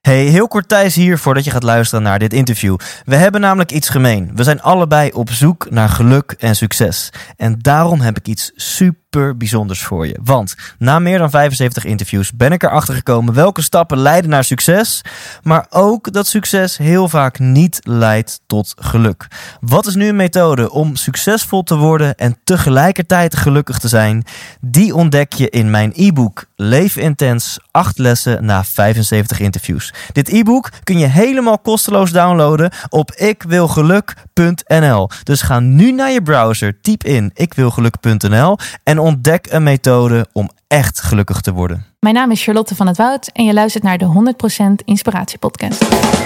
Hey, heel kort Thijs hier voordat je gaat luisteren naar dit interview. We hebben namelijk iets gemeen. We zijn allebei op zoek naar geluk en succes. En daarom heb ik iets super bijzonders voor je. Want na meer dan 75 interviews ben ik erachter gekomen welke stappen leiden naar succes. Maar ook dat succes heel vaak niet leidt tot geluk. Wat is nu een methode om succesvol te worden en tegelijkertijd gelukkig te zijn? Die ontdek je in mijn e-book Leef Intens, 8 lessen na 75 interviews. Dit e-book kun je helemaal kosteloos downloaden op ikwilgeluk.nl. Dus ga nu naar je browser, typ in ikwilgeluk.nl en ontdek een methode om echt gelukkig te worden. Mijn naam is Charlotte van het Woud en je luistert naar de 100% Inspiratie Podcast.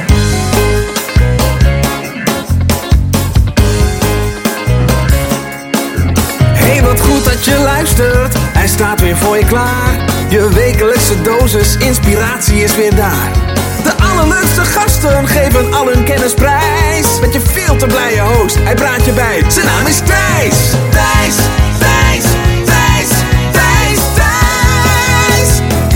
Hey, wat goed dat je luistert. Hij staat weer voor je klaar. Je wekelijkse dosis inspiratie is weer daar. De allerleukste gasten geven al hun kennis prijs. Met je veel te blije host, hij praat je bij. Zijn naam is Thijs. Thijs, Thijs, Thijs, Thijs, Thijs.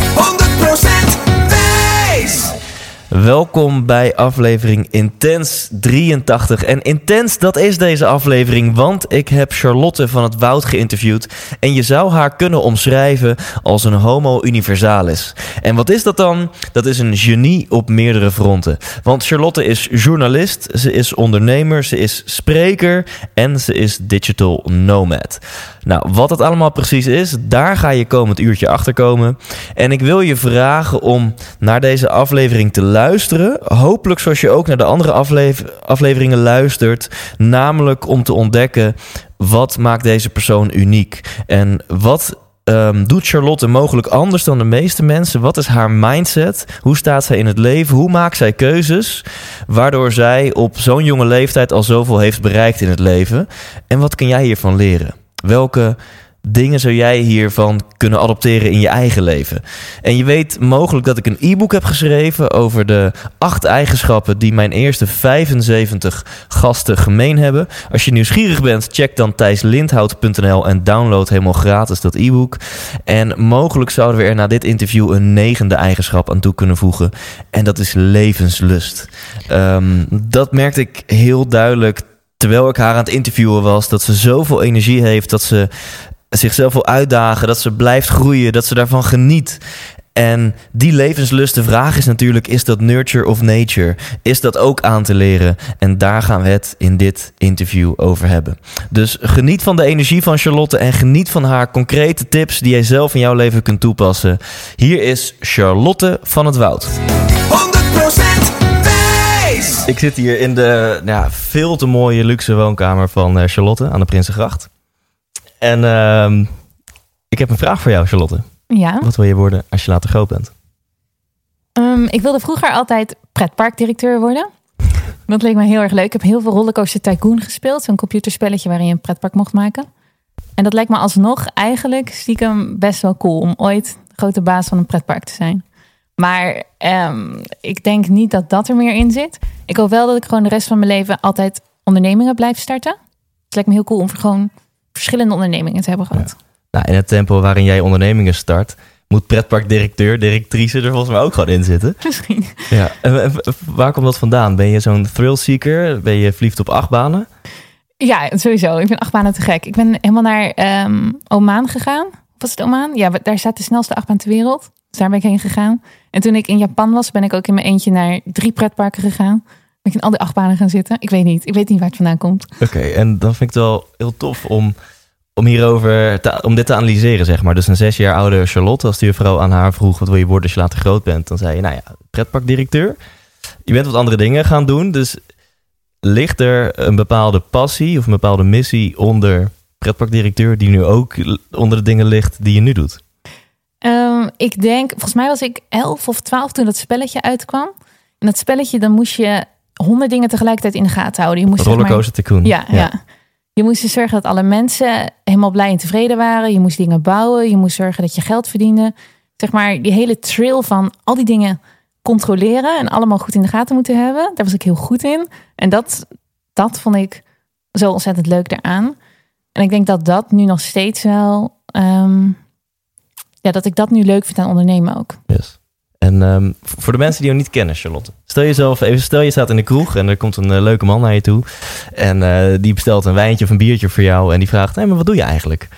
100% Thijs. Welkom bij aflevering Intens 83. En intens, dat is deze aflevering, want ik heb Charlotte van het Woud geïnterviewd. En je zou haar kunnen omschrijven als een homo universalis. En wat is dat dan? Dat is een genie op meerdere fronten. Want Charlotte is journalist, ze is ondernemer, ze is spreker en ze is digital nomad. Nou, wat het allemaal precies is, daar ga je komend uurtje achter komen. En ik wil je vragen om naar deze aflevering te luisteren. Hopelijk zoals je ook naar de andere afleveringen luistert. Namelijk om te ontdekken, wat maakt deze persoon uniek? En wat doet Charlotte mogelijk anders dan de meeste mensen? Wat is haar mindset? Hoe staat zij in het leven? Hoe maakt zij keuzes? Waardoor zij op zo'n jonge leeftijd al zoveel heeft bereikt in het leven. En wat kun jij hiervan leren? Welke dingen zou jij hiervan kunnen adopteren in je eigen leven? En je weet mogelijk dat ik een e-book heb geschreven over de 8 eigenschappen die mijn eerste 75 gasten gemeen hebben. Als je nieuwsgierig bent, check dan thijslindhout.nl en download helemaal gratis dat e-book. En mogelijk zouden we er na dit interview een 9e eigenschap aan toe kunnen voegen. En dat is levenslust. Dat merkte ik heel duidelijk terwijl ik haar aan het interviewen was, dat ze zoveel energie heeft, dat ze zichzelf wil uitdagen, dat ze blijft groeien, dat ze daarvan geniet. En die levenslust, de vraag is natuurlijk, is dat nurture of nature? Is dat ook aan te leren? En daar gaan we het in dit interview over hebben. Dus geniet van de energie van Charlotte en geniet van haar concrete tips die jij zelf in jouw leven kunt toepassen. Hier is Charlotte van het Woud. 100% Ik zit hier in de veel te mooie luxe woonkamer van Charlotte aan de Prinsengracht. En ik heb een vraag voor jou, Charlotte. Ja. Wat wil je worden als je later groot bent? Ik wilde vroeger altijd pretparkdirecteur worden. Dat leek me heel erg leuk. Ik heb heel veel Rollercoaster Tycoon gespeeld. Zo'n computerspelletje waarin je een pretpark mocht maken. En dat lijkt me alsnog eigenlijk stiekem best wel cool om ooit de grote baas van een pretpark te zijn. Maar ik denk niet dat dat er meer in zit. Ik hoop wel dat ik gewoon de rest van mijn leven altijd ondernemingen blijf starten. Het lijkt me heel cool om gewoon verschillende ondernemingen te hebben gehad. Ja. Nou, in het tempo waarin jij ondernemingen start, moet pretparkdirecteur, directrice er volgens mij ook gewoon in zitten. Misschien. Ja. En waar komt dat vandaan? Ben je zo'n thrillseeker? Ben je verliefd op achtbanen? Ja, sowieso. Ik vind achtbanen te gek. Ik ben helemaal naar Oman gegaan. Was het Oman? Ja, daar staat de snelste achtbaan ter wereld. Dus daar ben ik heen gegaan. En toen ik in Japan was, ben ik ook in mijn eentje naar 3 pretparken gegaan. Ben ik in al die achtbanen gaan zitten. Ik weet niet waar het vandaan komt. Oké, en dan vind ik het wel heel tof om om dit te analyseren, zeg maar. Dus een 6 jaar oude Charlotte, als die juffrouw aan haar vroeg, wat wil je worden als je later groot bent? Dan zei je, pretparkdirecteur. Je bent wat andere dingen gaan doen, dus ligt er een bepaalde passie of een bepaalde missie onder pretparkdirecteur die nu ook onder de dingen ligt die je nu doet? Ik denk, volgens mij was ik 11 of 12 toen dat spelletje uitkwam. En dat spelletje, dan moest je 100 dingen tegelijkertijd in de gaten houden. Je moest Rollercoaster Tycoon. Ja. Je moest dus zorgen dat alle mensen helemaal blij en tevreden waren. Je moest dingen bouwen. Je moest zorgen dat je geld verdiende. Zeg maar, die hele trail van al die dingen controleren en allemaal goed in de gaten moeten hebben. Daar was ik heel goed in. En dat vond ik zo ontzettend leuk daaraan. En ik denk dat dat nu nog steeds wel... dat ik dat nu leuk vind aan ondernemen ook. Yes. En voor de mensen die jou niet kennen, Charlotte. Stel je staat in de kroeg en er komt een leuke man naar je toe. En die bestelt een wijntje of een biertje voor jou. En die vraagt, maar wat doe je eigenlijk?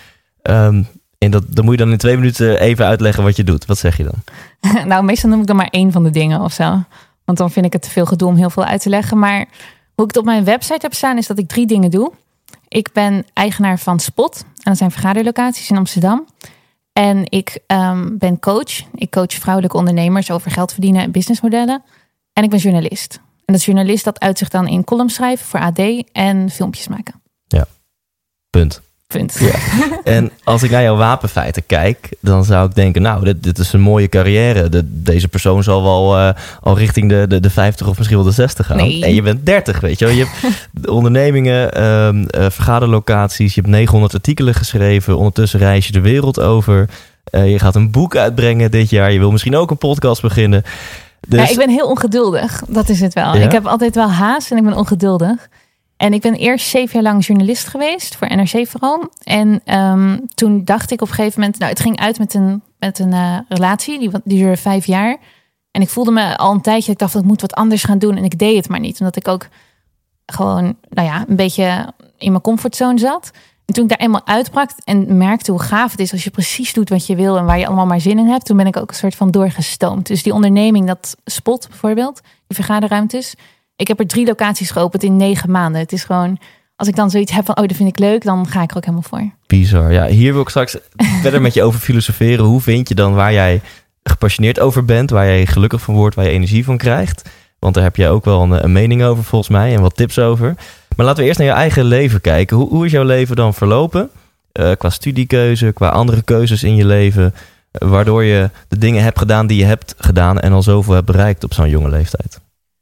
En dan moet je dan in 2 minuten even uitleggen wat je doet. Wat zeg je dan? Nou, meestal noem ik dan maar 1 van de dingen of zo. Want dan vind ik het te veel gedoe om heel veel uit te leggen. Maar hoe ik het op mijn website heb staan is dat ik 3 dingen doe. Ik ben eigenaar van Spot. En dat zijn vergaderlocaties in Amsterdam. En ik ben coach. Ik coach vrouwelijke ondernemers over geld verdienen en businessmodellen. En ik ben journalist. En dat journalist dat uit zich dan in columns schrijven voor AD en filmpjes maken. Ja, punt. Ja. En als ik naar jouw wapenfeiten kijk, dan zou ik denken, nou, dit is een mooie carrière. Deze persoon zal wel al richting de 50 of misschien wel de 60 gaan. Nee. En je bent 30, weet je wel. Je hebt ondernemingen, vergaderlocaties. Je hebt 900 artikelen geschreven. Ondertussen reis je de wereld over. Je gaat een boek uitbrengen dit jaar. Je wil misschien ook een podcast beginnen. Dus... Ja, ik ben heel ongeduldig. Dat is het wel. Ja? Ik heb altijd wel haast en ik ben ongeduldig. En ik ben eerst 7 jaar lang journalist geweest voor NRC vooral. En toen dacht ik op een gegeven moment... Nou, het ging uit met een relatie, die duurde 5 jaar. En ik voelde me al een tijdje... Ik dacht, ik moet wat anders gaan doen. En ik deed het maar niet. Omdat ik ook gewoon, een beetje in mijn comfortzone zat. En toen ik daar eenmaal uitbrak en merkte hoe gaaf het is... als je precies doet wat je wil en waar je allemaal maar zin in hebt... toen ben ik ook een soort van doorgestoomd. Dus die onderneming, dat Spot bijvoorbeeld, die vergaderruimtes... Ik heb er 3 locaties geopend in 9 maanden. Het is gewoon, als ik dan zoiets heb van, dat vind ik leuk, dan ga ik er ook helemaal voor. Bizar. Ja, hier wil ik straks verder met je over filosoferen. Hoe vind je dan waar jij gepassioneerd over bent, waar jij gelukkig van wordt, waar je energie van krijgt? Want daar heb jij ook wel een mening over volgens mij en wat tips over. Maar laten we eerst naar je eigen leven kijken. Hoe is jouw leven dan verlopen? Qua studiekeuze, qua andere keuzes in je leven, waardoor je de dingen hebt gedaan die je hebt gedaan en al zoveel hebt bereikt op zo'n jonge leeftijd.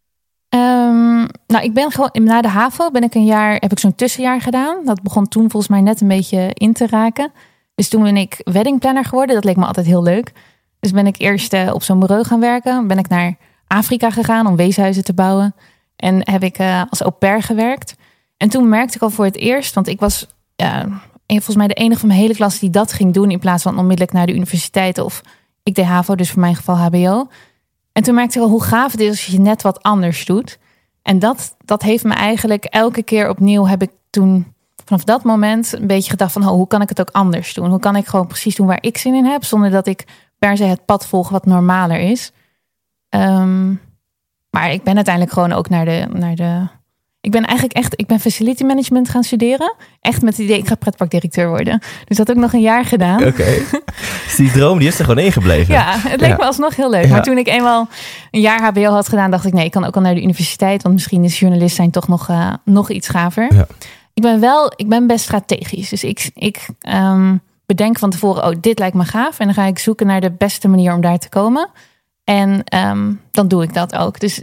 Nou, ik ben gewoon na de HAVO heb ik zo'n tussenjaar gedaan. Dat begon toen volgens mij net een beetje in te raken. Dus toen ben ik weddingplanner geworden. Dat leek me altijd heel leuk. Dus ben ik eerst op zo'n bureau gaan werken. Ben ik naar Afrika gegaan om weeshuizen te bouwen. En heb ik als au pair gewerkt. En toen merkte ik al voor het eerst, want ik was volgens mij de enige van mijn hele klas die dat ging doen in plaats van onmiddellijk naar de universiteit. Of ik deed HAVO, dus voor mijn geval HBO. En toen merkte ik al hoe gaaf het is als je net wat anders doet. En dat heeft me eigenlijk elke keer opnieuw, heb ik toen vanaf dat moment een beetje gedacht van, hoe kan ik het ook anders doen? Hoe kan ik gewoon precies doen waar ik zin in heb, zonder dat ik per se het pad volg wat normaler is. Maar ik ben uiteindelijk gewoon ook naar de ik ben facility management gaan studeren. Echt met het idee, ik ga pretparkdirecteur worden. Dus dat heb ik nog een jaar gedaan. Oké. Dus die droom die is er gewoon ingebleven. Ja, het leek me alsnog heel leuk. Ja. Maar toen ik eenmaal een jaar HBO had gedaan, dacht ik, nee, ik kan ook al naar de universiteit. Want misschien is journalist zijn toch nog iets gaver. Ja. Ik ben best strategisch. Dus ik bedenk van tevoren, dit lijkt me gaaf. En dan ga ik zoeken naar de beste manier om daar te komen. En dan doe ik dat ook. Dus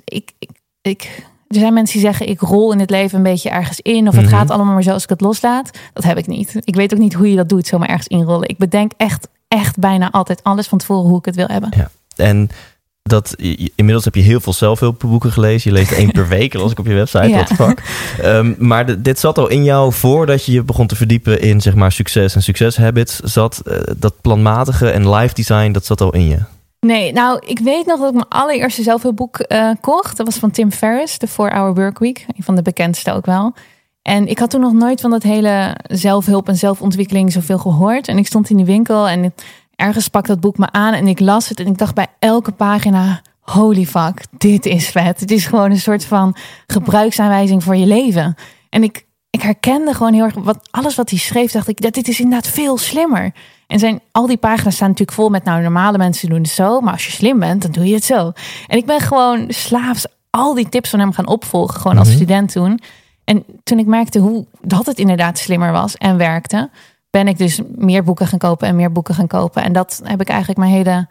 er zijn mensen die zeggen, ik rol in het leven een beetje ergens in. Of het gaat allemaal maar zoals ik het loslaat. Dat heb ik niet. Ik weet ook niet hoe je dat doet, zomaar ergens inrollen. Ik bedenk echt bijna altijd alles van tevoren hoe ik het wil hebben. Ja. En inmiddels heb je heel veel zelfhulpboeken gelezen. Je leest 1 per week, las ik op je website. Ja. What the fuck. Maar dit zat al in jou voordat je je begon te verdiepen in zeg maar succes en succeshabits. Zat dat planmatige en life design, dat zat al in je? Nee, nou, ik weet nog dat ik mijn allereerste zelfhulpboek kocht. Dat was van Tim Ferriss, de 4-Hour Workweek. Een van de bekendste ook wel. En ik had toen nog nooit van dat hele zelfhulp en zelfontwikkeling zoveel gehoord. En ik stond in de winkel en ergens sprak dat boek me aan en ik las het. En ik dacht bij elke pagina, holy fuck, dit is vet. Het is gewoon een soort van gebruiksaanwijzing voor je leven. En ik herkende gewoon heel erg, alles wat hij schreef, dacht ik, dit is inderdaad veel slimmer. En al die pagina's staan natuurlijk vol met, normale mensen doen het zo, maar als je slim bent, dan doe je het zo. En ik ben gewoon slaafs al die tips van hem gaan opvolgen, gewoon als student toen. En toen ik merkte dat het inderdaad slimmer was en werkte, ben ik dus meer boeken gaan kopen en meer boeken gaan kopen. En dat heb ik eigenlijk mijn hele,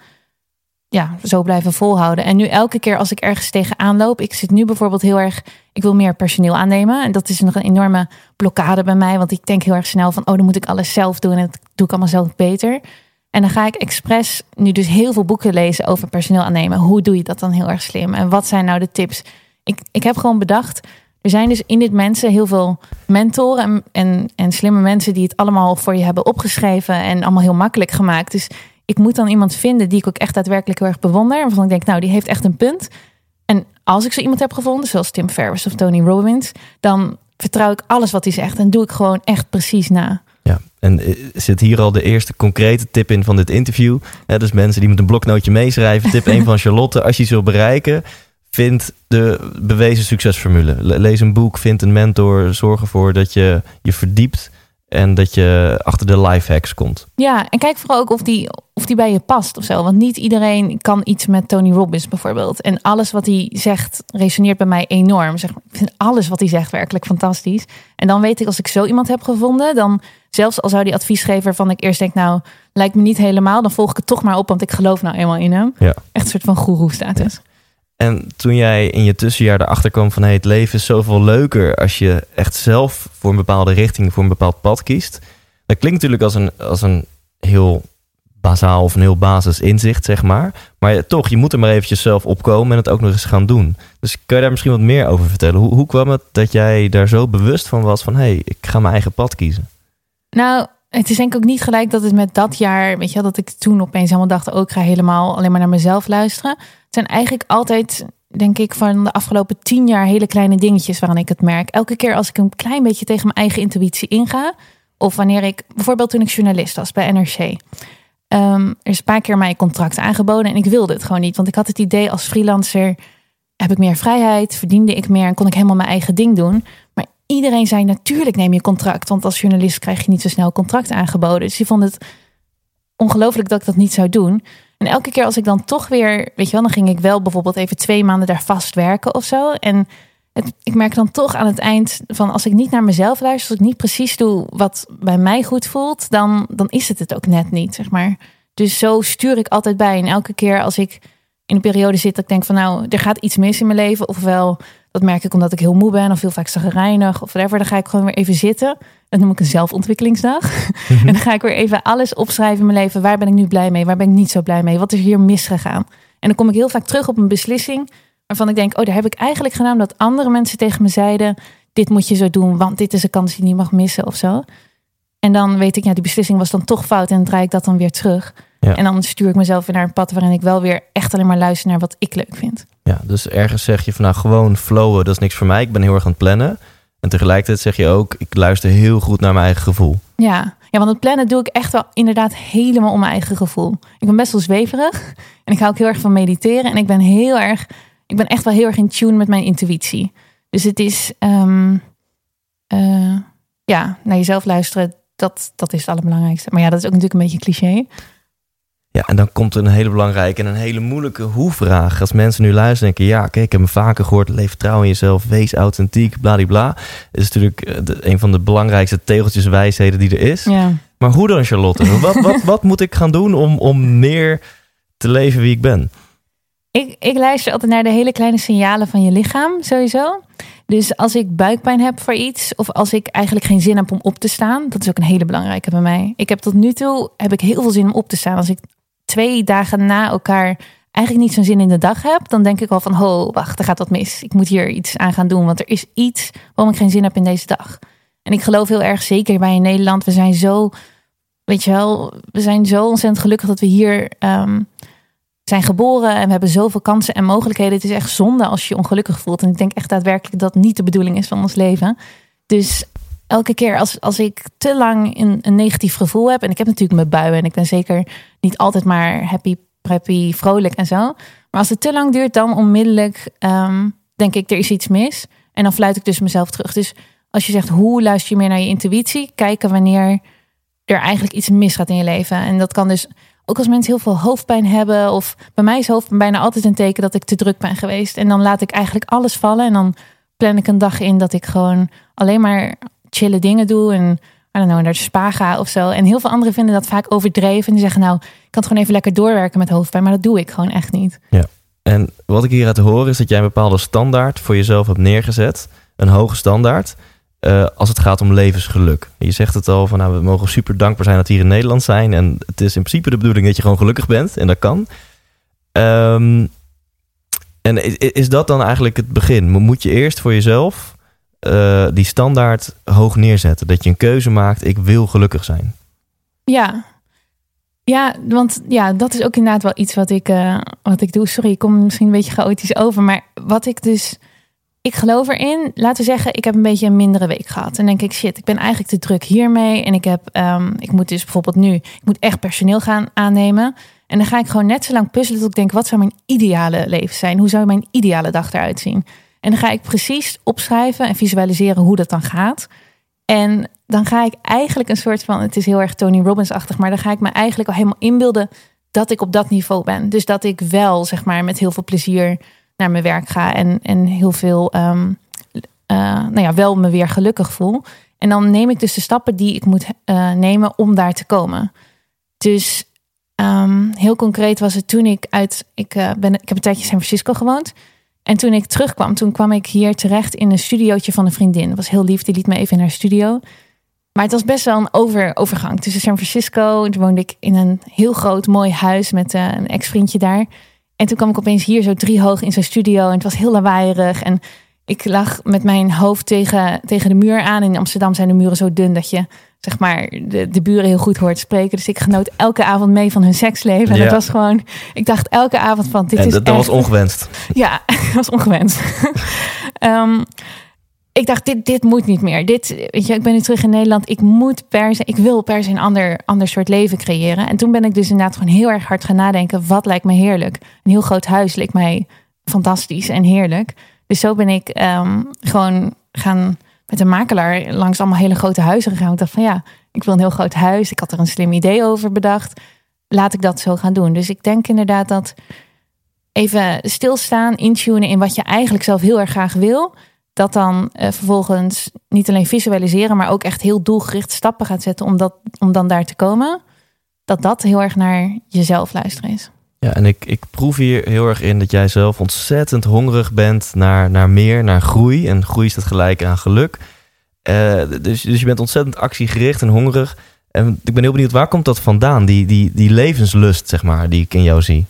zo blijven volhouden. En nu elke keer als ik ergens tegenaan loop, ik zit nu bijvoorbeeld heel erg, ik wil meer personeel aannemen. En dat is nog een enorme blokkade bij mij, want ik denk heel erg snel van, dan moet ik alles zelf doen en dat doe ik allemaal zelf beter. En dan ga ik expres nu dus heel veel boeken lezen over personeel aannemen. Hoe doe je dat dan heel erg slim? En wat zijn nou de tips? Ik heb gewoon bedacht, er zijn dus in dit mensen heel veel mentoren en slimme mensen die het allemaal voor je hebben opgeschreven en allemaal heel makkelijk gemaakt. Dus ik moet dan iemand vinden die ik ook echt daadwerkelijk heel erg bewonder. Waarvan ik denk, nou, die heeft echt een punt. En als ik zo iemand heb gevonden, zoals Tim Ferriss of Tony Robbins, dan vertrouw ik alles wat hij zegt en doe ik gewoon echt precies na. Ja, en zit hier al de eerste concrete tip in van dit interview. Dus mensen die met een bloknootje meeschrijven. Tip 1 van Charlotte. Als je ze wil bereiken, vind de bewezen succesformule. Lees een boek, vind een mentor. Zorg ervoor dat je je verdiept en dat je achter de lifehacks komt. Ja, en kijk vooral ook of die bij je past of zo. Want niet iedereen kan iets met Tony Robbins bijvoorbeeld. En alles wat hij zegt resoneert bij mij enorm. Zeg maar, ik vind alles wat hij zegt werkelijk fantastisch. En dan weet ik, als ik zo iemand heb gevonden, dan zelfs al zou die adviesgever waarvan ik eerst denk, nou, lijkt me niet helemaal, dan volg ik het toch maar op, want ik geloof nou eenmaal in hem. Ja. Echt een soort van goeroe-status. Ja. En toen jij in je tussenjaar erachter kwam van, het leven is zoveel leuker als je echt zelf voor een bepaalde richting, voor een bepaald pad kiest. Dat klinkt natuurlijk als een heel bazaal of een heel basis inzicht, zeg maar. Maar toch, je moet er maar eventjes zelf opkomen en het ook nog eens gaan doen. Dus kun je daar misschien wat meer over vertellen? Hoe kwam het dat jij daar zo bewust van was van, ik ga mijn eigen pad kiezen? Nou, het is denk ik ook niet gelijk dat het met dat jaar, weet je, dat ik toen opeens helemaal dacht, ik ga helemaal alleen maar naar mezelf luisteren. Het zijn eigenlijk altijd, denk ik, van de afgelopen 10 jaar hele kleine dingetjes waaraan ik het merk. Elke keer als ik een klein beetje tegen mijn eigen intuïtie inga, of wanneer ik, bijvoorbeeld toen ik journalist was bij NRC, er is een paar keer mij contract aangeboden en ik wilde het gewoon niet. Want ik had het idee, als freelancer heb ik meer vrijheid, verdiende ik meer en kon ik helemaal mijn eigen ding doen. Maar iedereen zei, natuurlijk neem je contract, want als journalist krijg je niet zo snel contract aangeboden. Dus die vond het ongelooflijk dat ik dat niet zou doen. En elke keer als ik dan toch weer, weet je wel, dan ging ik wel bijvoorbeeld even 2 maanden daar vast werken of zo. En ik merk dan toch aan het eind van, als ik niet naar mezelf luister, als ik niet precies doe wat bij mij goed voelt, dan is het ook net niet, zeg maar. Dus zo stuur ik altijd bij. En elke keer als ik in een periode zit dat ik denk van, nou, er gaat iets mis in mijn leven, ofwel dat merk ik omdat ik heel moe ben of heel vaak chagrijnig of whatever, dan ga ik gewoon weer even zitten. Dat noem ik een zelfontwikkelingsdag. En dan ga ik weer even alles opschrijven in mijn leven. Waar ben ik nu blij mee? Waar ben ik niet zo blij mee? Wat is hier misgegaan? En dan kom ik heel vaak terug op een beslissing waarvan ik denk, daar heb ik eigenlijk gedaan dat andere mensen tegen me zeiden, dit moet je zo doen, want dit is een kans die je niet mag missen of zo. En dan weet ik, die beslissing was dan toch fout en dan draai ik dat dan weer terug. Ja. En dan stuur ik mezelf weer naar een pad waarin ik wel weer echt alleen maar luister naar wat ik leuk vind. Ja, dus ergens zeg je van, nou, gewoon flowen, dat is niks voor mij. Ik ben heel erg aan het plannen. En tegelijkertijd zeg je ook, ik luister heel goed naar mijn eigen gevoel. Ja, want het plannen doe ik echt wel inderdaad helemaal om mijn eigen gevoel. Ik ben best wel zweverig en ik hou ook heel erg van mediteren. En ik ben echt wel heel erg in tune met mijn intuïtie. Dus het is, naar jezelf luisteren, dat is het allerbelangrijkste. Maar ja, dat is ook natuurlijk een beetje cliché. Ja, en dan komt een hele belangrijke en een hele moeilijke hoe-vraag. Als mensen nu luisteren en denken, ik heb me vaker gehoord, leef vertrouwen in jezelf, wees authentiek, bladibla. Dat is natuurlijk een van de belangrijkste tegeltjeswijsheden die er is. Ja. Maar hoe dan, Charlotte? Wat moet ik gaan doen om meer te leven wie ik ben? Ik luister altijd naar de hele kleine signalen van je lichaam, sowieso. Dus als ik buikpijn heb voor iets, of als ik eigenlijk geen zin heb om op te staan, dat is ook een hele belangrijke bij mij. Ik heb tot nu toe heel veel zin om op te staan. Als ik 2 dagen na elkaar eigenlijk niet zo'n zin in de dag heb, dan denk ik al van, wacht, er gaat wat mis. Ik moet hier iets aan gaan doen, want er is iets waarom ik geen zin heb in deze dag. En ik geloof heel erg, zeker bij in Nederland, we zijn zo, weet je wel, we zijn zo ontzettend gelukkig dat we hier zijn geboren en we hebben zoveel kansen en mogelijkheden. Het is echt zonde als je je ongelukkig voelt. En ik denk echt daadwerkelijk dat niet de bedoeling is van ons leven. Dus elke keer als ik te lang een negatief gevoel heb, en ik heb natuurlijk mijn buien en ik ben zeker niet altijd maar happy, preppy, vrolijk en zo. Maar als het te lang duurt, dan onmiddellijk denk ik, er is iets mis. En dan fluit ik dus mezelf terug. Dus als je zegt, hoe luister je meer naar je intuïtie? Kijken wanneer er eigenlijk iets misgaat in je leven. En dat kan dus ook als mensen heel veel hoofdpijn hebben, of bij mij is hoofdpijn bijna altijd een teken dat ik te druk ben geweest. En dan laat ik eigenlijk alles vallen en dan plan ik een dag in dat ik gewoon alleen maar chille dingen doe en naar de spa ga of zo. En heel veel anderen vinden dat vaak overdreven en die zeggen, nou, ik kan het gewoon even lekker doorwerken met hoofdpijn, maar dat doe ik gewoon echt niet. Ja. En wat ik hieruit hoor is dat jij een bepaalde standaard voor jezelf hebt neergezet, een hoge standaard, als het gaat om levensgeluk. Je zegt het al, van, we mogen super dankbaar zijn dat we hier in Nederland zijn. En het is in principe de bedoeling dat je gewoon gelukkig bent. En dat kan. En is dat dan eigenlijk het begin? Moet je eerst voor jezelf die standaard hoog neerzetten? Dat je een keuze maakt, ik wil gelukkig zijn. Ja. Ja, want dat is ook inderdaad wel iets wat ik doe. Sorry, ik kom misschien een beetje chaotisch over. Maar ik geloof erin. Laten we zeggen, ik heb een beetje een mindere week gehad. En denk ik, shit, ik ben eigenlijk te druk hiermee. En ik moet dus bijvoorbeeld nu, ik moet echt personeel gaan aannemen. En dan ga ik gewoon net zo lang puzzelen tot ik denk, wat zou mijn ideale leven zijn? Hoe zou mijn ideale dag eruit zien? En dan ga ik precies opschrijven en visualiseren hoe dat dan gaat. En dan ga ik eigenlijk een soort van, het is heel erg Tony Robbins-achtig, maar dan ga ik me eigenlijk al helemaal inbeelden dat ik op dat niveau ben. Dus dat ik wel, zeg maar, met heel veel plezier naar mijn werk ga en heel veel, wel me weer gelukkig voel. En dan neem ik dus de stappen die ik moet nemen om daar te komen. Dus heel concreet was het toen ik ik heb een tijdje in San Francisco gewoond. En toen ik terugkwam, kwam ik hier terecht in een studiootje van een vriendin. Dat was heel lief, die liet me even in haar studio. Maar het was best wel een overgang tussen San Francisco. En toen woonde ik in een heel groot, mooi huis met een ex-vriendje daar. En toen kwam ik opeens hier zo 3 hoog in zijn studio. En het was heel lawaaierig. En ik lag met mijn hoofd tegen de muur aan. In Amsterdam zijn de muren zo dun dat je, zeg maar, de buren heel goed hoort spreken. Dus ik genoot elke avond mee van hun seksleven. En dat was gewoon, ik dacht elke avond van, dit is dat was ongewenst. Ja, dat was ongewenst. Ik dacht, dit moet niet meer. Weet je, ik ben nu terug in Nederland. Ik wil per se een ander soort leven creëren. En toen ben ik dus inderdaad gewoon heel erg hard gaan nadenken. Wat lijkt me heerlijk? Een heel groot huis leek mij fantastisch en heerlijk. Dus zo ben ik gewoon gaan met een makelaar langs allemaal hele grote huizen gegaan. Ik dacht van ik wil een heel groot huis. Ik had er een slim idee over bedacht. Laat ik dat zo gaan doen. Dus ik denk inderdaad dat even stilstaan, intunen in wat je eigenlijk zelf heel erg graag wil. Dat dan vervolgens niet alleen visualiseren, maar ook echt heel doelgericht stappen gaat zetten om dan daar te komen. Dat heel erg naar jezelf luisteren is. Ja, en ik proef hier heel erg in dat jij zelf ontzettend hongerig bent naar meer, naar groei. En groei staat gelijk aan geluk. Dus je bent ontzettend actiegericht en hongerig. En ik ben heel benieuwd, waar komt dat vandaan? Die levenslust, zeg maar, die ik in jou zie.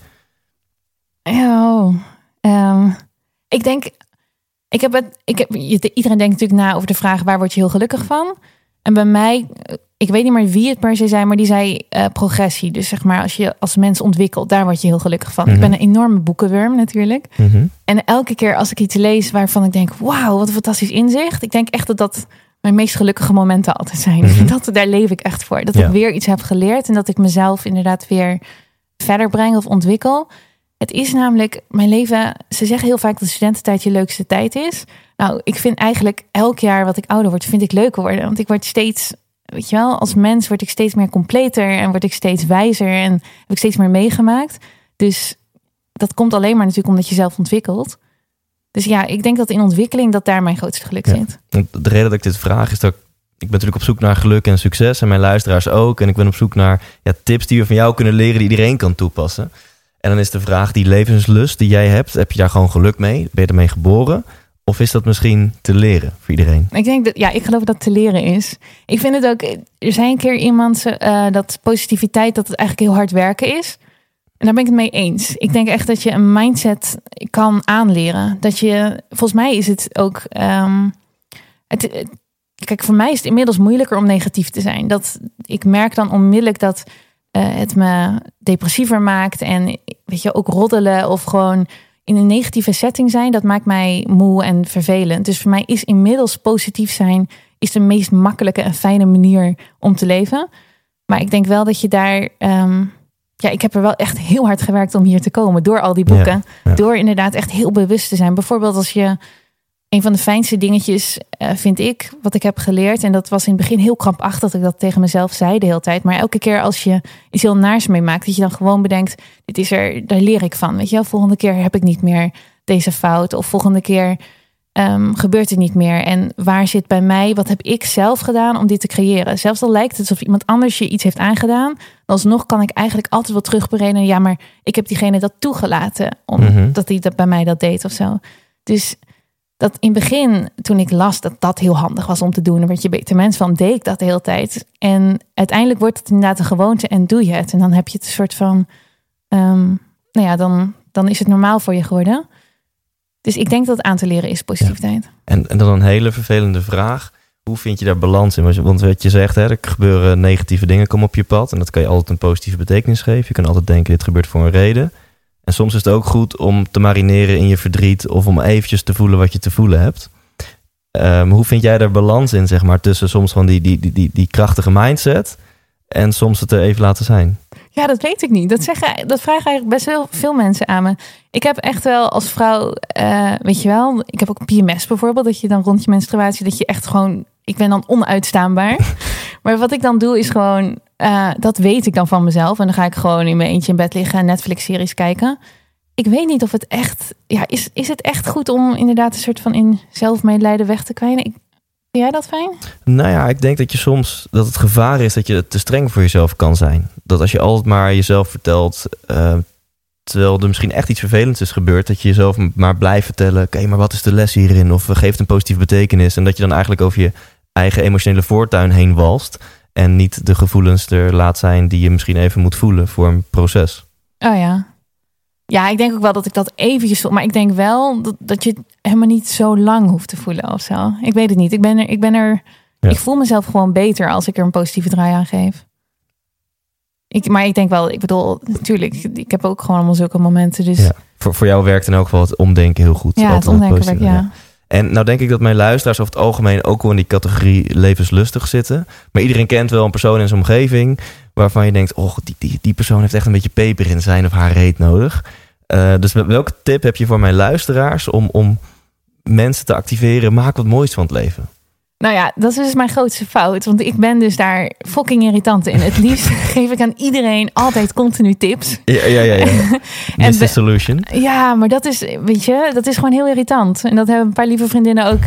Ik denk, iedereen denkt natuurlijk na over de vraag, waar word je heel gelukkig van? En bij mij, ik weet niet meer wie het per se zei, maar die zei progressie. Dus zeg maar, als je als mens ontwikkelt, daar word je heel gelukkig van. Mm-hmm. Ik ben een enorme boekenworm natuurlijk. Mm-hmm. En elke keer als ik iets lees waarvan ik denk, wauw, wat een fantastisch inzicht. Ik denk echt dat mijn meest gelukkige momenten altijd zijn. Mm-hmm. Daar leef ik echt voor. Dat ik weer iets heb geleerd en dat ik mezelf inderdaad weer verder breng of ontwikkel. Het is namelijk mijn leven. Ze zeggen heel vaak dat de studententijd je leukste tijd is. Nou, ik vind eigenlijk elk jaar wat ik ouder word, vind ik leuker worden. Want ik word steeds, weet je wel, als mens word ik steeds meer completer en word ik steeds wijzer en heb ik steeds meer meegemaakt. Dus dat komt alleen maar natuurlijk omdat je zelf ontwikkelt. Dus ik denk dat in ontwikkeling dat daar mijn grootste geluk zit. De reden dat ik dit vraag is dat ik ben natuurlijk op zoek naar geluk en succes en mijn luisteraars ook. En ik ben op zoek naar tips die we van jou kunnen leren die iedereen kan toepassen. En dan is de vraag, die levenslust die jij hebt, heb je daar gewoon geluk mee? Ben je ermee geboren? Of is dat misschien te leren voor iedereen? Ik denk ik geloof dat het te leren is. Ik vind het ook, er zei een keer iemand dat positiviteit, dat het eigenlijk heel hard werken is. En daar ben ik het mee eens. Ik denk echt dat je een mindset kan aanleren. Dat je, volgens mij is het ook, kijk, voor mij is het inmiddels moeilijker om negatief te zijn. Dat ik merk dan onmiddellijk dat het me depressiever maakt en weet je, ook roddelen of gewoon in een negatieve setting zijn, dat maakt mij moe en vervelend. Dus voor mij is inmiddels positief zijn is de meest makkelijke en fijne manier om te leven. Maar ik denk wel dat je daar, ik heb er wel echt heel hard gewerkt om hier te komen door al die boeken, door inderdaad echt heel bewust te zijn. Bijvoorbeeld als je een van de fijnste dingetjes vind ik, wat ik heb geleerd. En dat was in het begin heel krampachtig dat ik dat tegen mezelf zei de hele tijd. Maar elke keer als je iets heel naars meemaakt, dat je dan gewoon bedenkt, daar leer ik van. Weet je wel, volgende keer heb ik niet meer deze fout. Of volgende keer gebeurt het niet meer. En waar zit bij mij, wat heb ik zelf gedaan om dit te creëren? Zelfs al lijkt het alsof iemand anders je iets heeft aangedaan, alsnog kan ik eigenlijk altijd wel terugbereden. Ja, maar ik heb diegene dat toegelaten, omdat hij dat bij mij dat deed of zo. Dus dat in het begin, toen ik las dat heel handig was om te doen, dan werd je beter mens van, deed ik dat de hele tijd. En uiteindelijk wordt het inderdaad een gewoonte en doe je het. En dan heb je het een soort van, dan is het normaal voor je geworden. Dus ik denk dat het aan te leren is, positiviteit. Ja. En dan een hele vervelende vraag. Hoe vind je daar balans in? Want wat je zegt, er gebeuren negatieve dingen komen op je pad. En dat kan je altijd een positieve betekenis geven. Je kan altijd denken, dit gebeurt voor een reden. En soms is het ook goed om te marineren in je verdriet. Of om eventjes te voelen wat je te voelen hebt. Hoe vind jij daar balans in, zeg maar, tussen soms van die krachtige mindset en soms het er even laten zijn? Ja, dat weet ik niet. Dat vragen eigenlijk best wel veel mensen aan me. Ik heb echt wel als vrouw, weet je wel, ik heb ook PMS bijvoorbeeld, dat je dan rond je menstruatie, dat je echt gewoon, ik ben dan onuitstaanbaar. Maar wat ik dan doe is gewoon, dat weet ik dan van mezelf. En dan ga ik gewoon in mijn eentje in bed liggen en Netflix-series kijken. Ik weet niet of het echt, is het echt goed om inderdaad een soort van in zelfmedelijden weg te kwijnen? Vind jij dat fijn? Nou ja, ik denk dat je soms, dat het gevaar is dat je te streng voor jezelf kan zijn. Dat als je altijd maar jezelf vertelt, terwijl er misschien echt iets vervelends is gebeurd, dat je jezelf maar blijft vertellen, oké, maar wat is de les hierin? Of geeft een positieve betekenis. En dat je dan eigenlijk over je eigen emotionele voortuin heen walst en niet de gevoelens er laat zijn die je misschien even moet voelen voor een proces. Oh ja. Ja, ik denk ook wel dat ik dat eventjes voel. Maar ik denk wel dat je het helemaal niet zo lang hoeft te voelen of zo. Ik weet het niet. Ik voel mezelf gewoon beter als ik er een positieve draai aan geef. Maar ik denk wel, ik bedoel, natuurlijk, ik heb ook gewoon allemaal zulke momenten. Dus... Ja, voor jou werkt in elk geval het omdenken heel goed. Ja, het omdenken werkt, ja. En nou denk ik dat mijn luisteraars over het algemeen ook wel in die categorie levenslustig zitten. Maar iedereen kent wel een persoon in zijn omgeving waarvan je denkt, oh, die persoon heeft echt een beetje peper in zijn of haar reet nodig. Dus welke tip heb je voor mijn luisteraars om mensen te activeren? Maak wat moois van het leven. Nou ja, dat is dus mijn grootste fout. Want ik ben dus daar fucking irritant in. Het liefst geef ik aan iedereen altijd continu tips. Ja. Miss the solution. Ja, maar dat is, weet je, dat is gewoon heel irritant. En dat hebben een paar lieve vriendinnen ook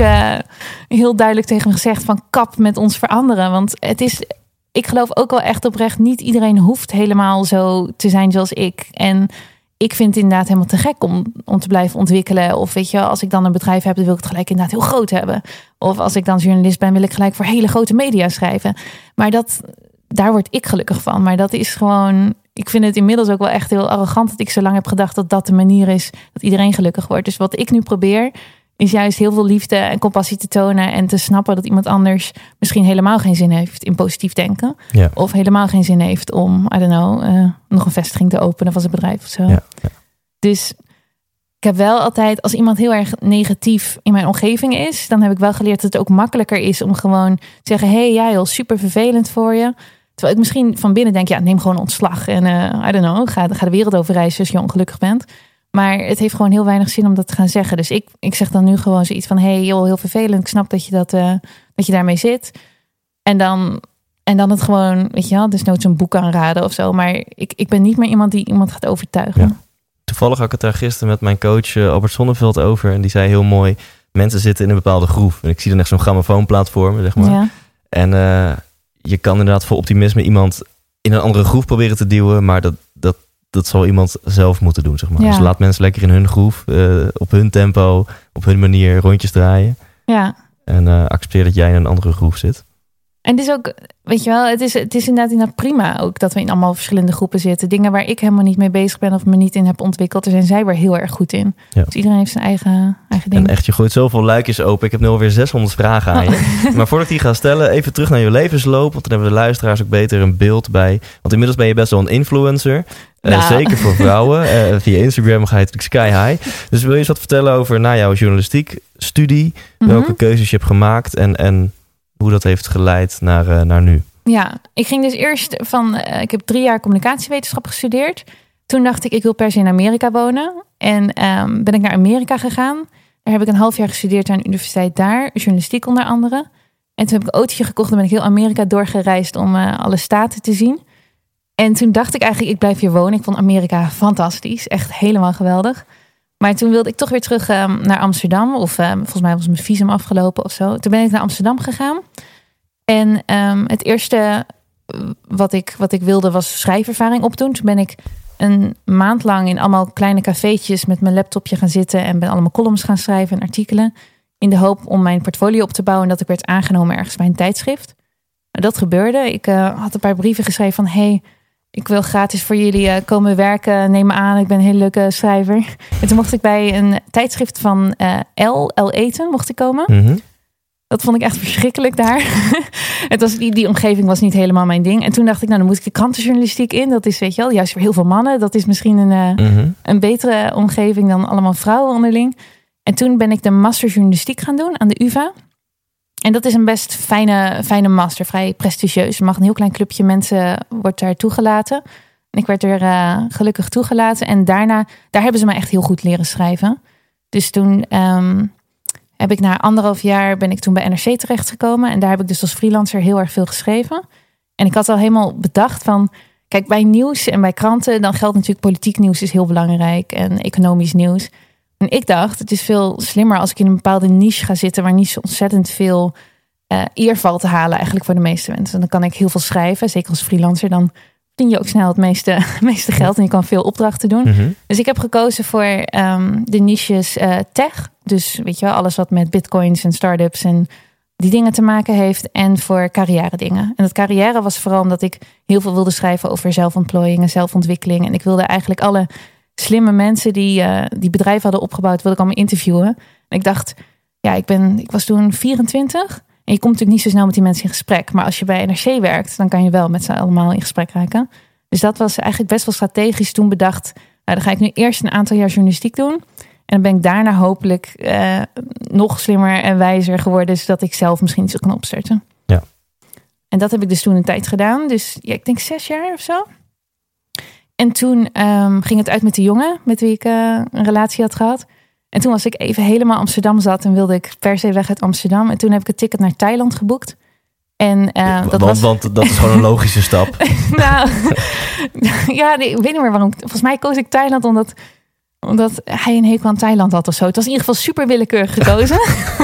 heel duidelijk tegen me gezegd. Van kap met ons veranderen. Want het is, ik geloof ook wel echt oprecht, niet iedereen hoeft helemaal zo te zijn zoals ik. En ik vind het inderdaad helemaal te gek om te blijven ontwikkelen. Of weet je, als ik dan een bedrijf heb, dan wil ik het gelijk inderdaad heel groot hebben. Of als ik dan journalist ben, wil ik gelijk voor hele grote media schrijven. Maar daar word ik gelukkig van. Maar dat is gewoon, ik vind het inmiddels ook wel echt heel arrogant dat ik zo lang heb gedacht dat dat de manier is dat iedereen gelukkig wordt. Dus wat ik nu probeer, is juist heel veel liefde en compassie te tonen en te snappen dat iemand anders misschien helemaal geen zin heeft in positief denken. Ja. Of helemaal geen zin heeft om, I don't know, nog een vestiging te openen van zijn bedrijf of zo. Ja. Dus ik heb wel altijd, als iemand heel erg negatief in mijn omgeving is, dan heb ik wel geleerd dat het ook makkelijker is om gewoon te zeggen, hey, jij heel super vervelend voor je. Terwijl ik misschien van binnen denk, ja, neem gewoon ontslag en I don't know, ga de wereld over reizen als je ongelukkig bent. Maar het heeft gewoon heel weinig zin om dat te gaan zeggen. Dus ik zeg dan nu gewoon zoiets van, hey joh, heel vervelend. Ik snap dat je daarmee zit. En dan het gewoon, weet je wel, desnoods een boek aanraden of zo. Maar ik ben niet meer iemand die iemand gaat overtuigen. Ja. Toevallig had ik het daar gisteren met mijn coach Albert Sonneveld over. En die zei heel mooi, mensen zitten in een bepaalde groef. En ik zie dan echt zo'n grammofoonplatform, zeg maar. Ja. En je kan inderdaad vol optimisme iemand in een andere groef proberen te duwen. Maar dat zal iemand zelf moeten doen, zeg maar. Ja. Dus laat mensen lekker in hun groef, op hun tempo, op hun manier rondjes draaien. Ja. En accepteer dat jij in een andere groef zit. En het is ook, weet je wel, het is inderdaad prima ook dat we in allemaal verschillende groepen zitten. Dingen waar ik helemaal niet mee bezig ben of me niet in heb ontwikkeld, daar zijn zij weer heel erg goed in. Ja. Dus iedereen heeft zijn eigen ding. En echt, je gooit zoveel luikjes open. Ik heb nu alweer 600 vragen aan je. Maar voordat ik die ga stellen, even terug naar je levensloop. Want dan hebben de luisteraars ook beter een beeld bij. Want inmiddels ben je best wel een influencer. Zeker voor vrouwen. Via Instagram ga je natuurlijk sky high. Dus wil je eens wat vertellen over jouw journalistiek studie? Welke keuzes je hebt gemaakt en hoe dat heeft geleid naar nu? Ja, ik ging dus eerst ik heb 3 jaar communicatiewetenschap gestudeerd. Toen dacht ik wil per se in Amerika wonen. En ben ik naar Amerika gegaan. Daar heb ik een half jaar gestudeerd aan de universiteit daar. Journalistiek onder andere. En toen heb ik een autootje gekocht en ben ik heel Amerika doorgereisd om alle staten te zien. En toen dacht ik eigenlijk, ik blijf hier wonen. Ik vond Amerika fantastisch. Echt helemaal geweldig. Maar toen wilde ik toch weer terug naar Amsterdam. Of volgens mij was mijn visum afgelopen of zo. Toen ben ik naar Amsterdam gegaan. En het eerste wat ik wilde was schrijfervaring opdoen. Toen ben ik een maand lang in allemaal kleine cafeetjes met mijn laptopje gaan zitten. En ben allemaal columns gaan schrijven en artikelen. In de hoop om mijn portfolio op te bouwen. En dat ik werd aangenomen ergens bij een tijdschrift. Dat gebeurde. Ik had een paar brieven geschreven van, hey, ik wil gratis voor jullie komen werken. Neem me aan, ik ben een hele leuke schrijver. En toen mocht ik bij een tijdschrift van L Eten mocht ik komen. Mm-hmm. Dat vond ik echt verschrikkelijk daar. Die omgeving was niet helemaal mijn ding. En toen dacht ik, nou dan moet ik de krantenjournalistiek in. Dat is, weet je wel, juist voor heel veel mannen. Dat is misschien een betere omgeving dan allemaal vrouwen onderling. En toen ben ik de master journalistiek gaan doen aan de UvA. En dat is een best fijne master, vrij prestigieus. Er mag een heel klein clubje mensen wordt daar toegelaten. En ik werd er gelukkig toegelaten. En daarna, daar hebben ze me echt heel goed leren schrijven. Dus toen heb ik na 1,5 jaar ben ik toen bij NRC terechtgekomen. En daar heb ik dus als freelancer heel erg veel geschreven. En ik had al helemaal bedacht van, kijk, bij nieuws en bij kranten, dan geldt natuurlijk politiek nieuws is heel belangrijk en economisch nieuws. En ik dacht, het is veel slimmer als ik in een bepaalde niche ga zitten waar niet zo ontzettend veel eer valt te halen eigenlijk voor de meeste mensen. Dan kan ik heel veel schrijven, zeker als freelancer. Dan verdien je ook snel het meeste geld en je kan veel opdrachten doen. Mm-hmm. Dus ik heb gekozen voor de niches tech. Dus weet je wel, alles wat met bitcoins en startups en die dingen te maken heeft. En voor carrière dingen. En dat carrière was vooral omdat ik heel veel wilde schrijven over zelfontplooiing en zelfontwikkeling. En ik wilde eigenlijk alle slimme mensen die bedrijven hadden opgebouwd, wilde ik allemaal interviewen. En ik dacht, ja, ik was toen 24. En je komt natuurlijk niet zo snel met die mensen in gesprek. Maar als je bij NRC werkt, dan kan je wel met ze allemaal in gesprek raken. Dus dat was eigenlijk best wel strategisch toen bedacht. Nou, dan ga ik nu eerst een aantal jaar journalistiek doen. En dan ben ik daarna hopelijk nog slimmer en wijzer geworden, zodat ik zelf misschien iets kan opstarten. Ja. En dat heb ik dus toen een tijd gedaan. Dus ja, ik denk 6 jaar of zo. En toen ging het uit met de jongen met wie ik een relatie had gehad. En toen was ik even helemaal Amsterdam zat en wilde ik per se weg uit Amsterdam. En toen heb ik het ticket naar Thailand geboekt. En, want dat is gewoon een logische stap. Nou, ja, ik weet niet meer waarom. Volgens mij koos ik Thailand omdat hij een hekel aan Thailand had of zo. Het was in ieder geval super willekeurig gekozen.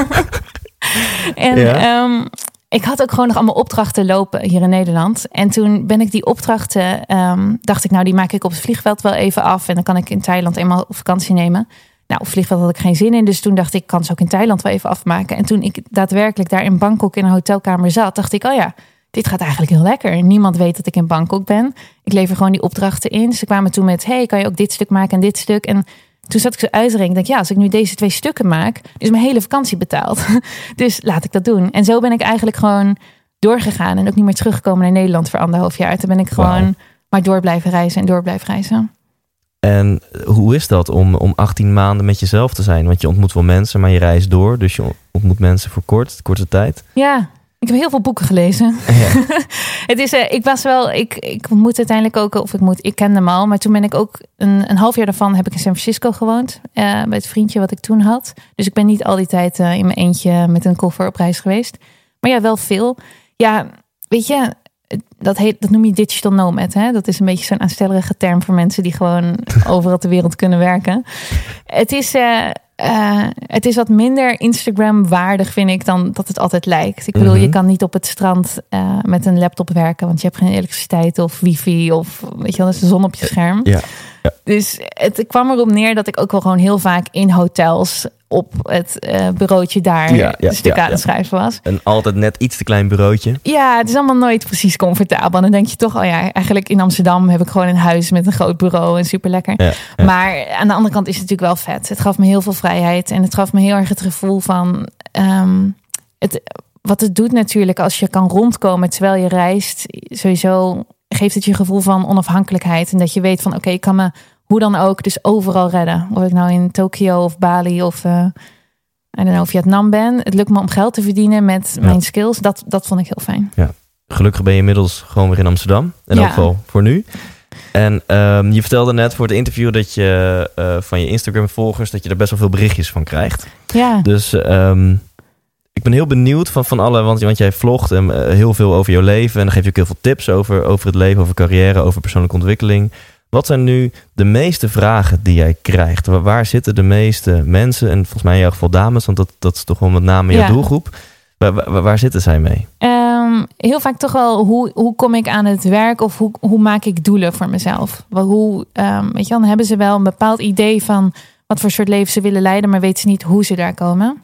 En ik had ook gewoon nog allemaal opdrachten lopen hier in Nederland. En toen ben ik die opdrachten, dacht ik, nou die maak ik op het vliegveld wel even af. En dan kan ik in Thailand eenmaal op vakantie nemen. Nou, op het vliegveld had ik geen zin in. Dus toen dacht ik, kan ze ook in Thailand wel even afmaken. En toen ik daadwerkelijk daar in Bangkok in een hotelkamer zat, dacht ik, oh ja, dit gaat eigenlijk heel lekker. Niemand weet dat ik in Bangkok ben. Ik lever gewoon die opdrachten in. Ze kwamen toen met, hey, kan je ook dit stuk maken en dit stuk? En toen zat ik zo uit te rekenen. Ik denk, ja, als ik nu deze 2 stukken maak, is mijn hele vakantie betaald. Dus laat ik dat doen. En zo ben ik eigenlijk gewoon doorgegaan en ook niet meer teruggekomen naar Nederland voor 1,5 jaar. Toen ben ik gewoon maar door blijven reizen. En hoe is dat om 18 maanden met jezelf te zijn? Want je ontmoet wel mensen, maar je reist door. Dus je ontmoet mensen voor korte tijd. Ja, ik heb heel veel boeken gelezen. Ja. Het is, ik moet uiteindelijk ook, ik kende hem al. Maar toen ben ik ook een half jaar daarvan heb ik in San Francisco gewoond. Bij het vriendje wat ik toen had. Dus ik ben niet al die tijd in mijn eentje met een koffer op reis geweest. Maar ja, wel veel. Ja, weet je, dat noem je digital nomad. Hè? Dat is een beetje zo'n aanstellerige term voor mensen die gewoon overal ter wereld kunnen werken. Het is wat minder Instagram waardig, vind ik, dan dat het altijd lijkt. Ik bedoel, je kan niet op het strand met een laptop werken, want je hebt geen elektriciteit of wifi of weet je wel, dat is de zon op je scherm. Ja. Dus het kwam erop neer dat ik ook wel gewoon heel vaak in hotels op het bureautje daar een stuk aan het schrijven was. En altijd net iets te klein bureautje. Ja, het is allemaal nooit precies comfortabel. En dan denk je toch, oh ja, eigenlijk in Amsterdam heb ik gewoon een huis met een groot bureau en super lekker. Ja. Maar aan de andere kant is het natuurlijk wel vet. Het gaf me heel veel vrijheid en het gaf me heel erg het gevoel van wat het doet natuurlijk als je kan rondkomen terwijl je reist. Sowieso geeft het je gevoel van onafhankelijkheid en dat je weet van oké, ik kan me hoe dan ook dus overal redden. Of ik nou in Tokio of Bali of Vietnam ben. Het lukt me om geld te verdienen met mijn skills. Dat vond ik heel fijn. Ja. Gelukkig ben je inmiddels gewoon weer in Amsterdam. En ook wel voor nu. En je vertelde net voor het interview dat je van je Instagram volgers dat je er best wel veel berichtjes van krijgt. Ja. Dus ik ben heel benieuwd van alle, want jij vlogt heel veel over jouw leven. En dan geef je ook heel veel tips over het leven, over carrière, over persoonlijke ontwikkeling. Wat zijn nu de meeste vragen die jij krijgt? Waar zitten de meeste mensen? En volgens mij in jouw geval dames, want dat is toch wel met name jouw doelgroep. Waar zitten zij mee? Heel vaak toch wel, hoe kom ik aan het werk? Of hoe maak ik doelen voor mezelf? Weet je, dan hebben ze wel een bepaald idee van wat voor soort leven ze willen leiden, maar weten ze niet hoe ze daar komen.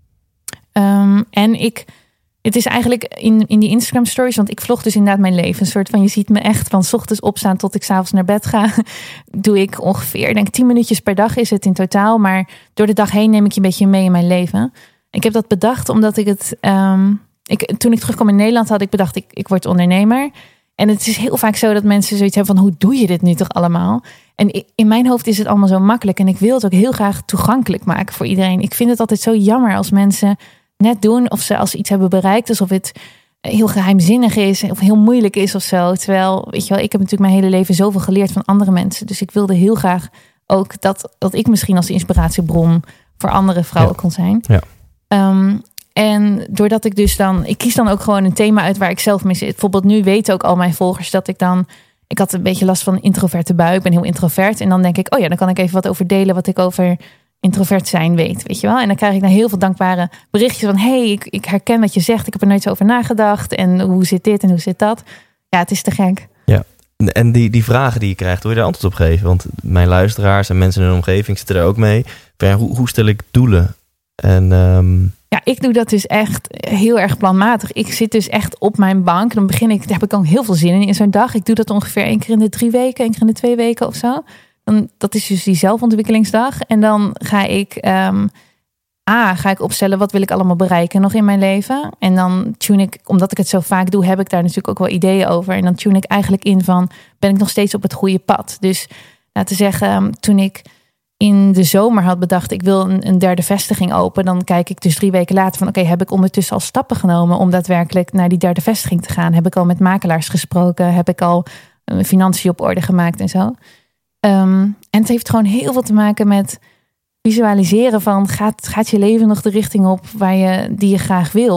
Het is eigenlijk in die Instagram stories, want ik vlog dus inderdaad mijn leven. Een soort van, je ziet me echt van 's ochtends opstaan tot ik 's avonds naar bed ga. Doe ik ongeveer, denk 10 minuutjes per dag is het in totaal. Maar door de dag heen neem ik je een beetje mee in mijn leven. Ik heb dat bedacht omdat ik het... toen ik terugkwam in Nederland had ik bedacht, ik word ondernemer. En het is heel vaak zo dat mensen zoiets hebben van, hoe doe je dit nu toch allemaal? En in mijn hoofd is het allemaal zo makkelijk. En ik wil het ook heel graag toegankelijk maken voor iedereen. Ik vind het altijd zo jammer als mensen net doen of ze als ze iets hebben bereikt, alsof het heel geheimzinnig is of heel moeilijk is of zo. Terwijl, weet je wel, ik heb natuurlijk mijn hele leven zoveel geleerd van andere mensen. Dus ik wilde heel graag ook dat ik misschien als inspiratiebron voor andere vrouwen kon zijn. Ja. En doordat ik dus ik kies dan ook gewoon een thema uit waar ik zelf mee zit. Bijvoorbeeld nu weten ook al mijn volgers dat ik had een beetje last van een introverte bui. Ik ben heel introvert. En dan denk ik, dan kan ik even wat over delen wat ik over introvert zijn weet je wel. En dan krijg ik dan heel veel dankbare berichtjes van, hey, ik herken wat je zegt. Ik heb er nooit zo over nagedacht. En hoe zit dit en hoe zit dat? Ja, het is te gek. Ja. En die vragen die je krijgt, wil je daar antwoord op geven? Want mijn luisteraars en mensen in hun omgeving zitten er ook mee. Hoe stel ik doelen? En ja, ik doe dat dus echt heel erg planmatig. Ik zit dus echt op mijn bank. Dan daar heb ik al heel veel zin in zo'n dag. Ik doe dat ongeveer 1 keer in de 3 weken, 1 keer in de 2 weken of zo. Dat is dus die zelfontwikkelingsdag. En dan ga ik opstellen wat wil ik allemaal bereiken nog in mijn leven. En dan tune ik, omdat ik het zo vaak doe, heb ik daar natuurlijk ook wel ideeën over. En dan tune ik eigenlijk in van, ben ik nog steeds op het goede pad? Dus laten we zeggen, toen ik in de zomer had bedacht, ik wil een 3e vestiging open. Dan kijk ik dus 3 weken later van, oké, heb ik ondertussen al stappen genomen om daadwerkelijk naar die 3e vestiging te gaan? Heb ik al met makelaars gesproken? Heb ik al mijn financiën op orde gemaakt en zo? En het heeft gewoon heel veel te maken met visualiseren van, gaat je leven nog de richting op die je graag wil?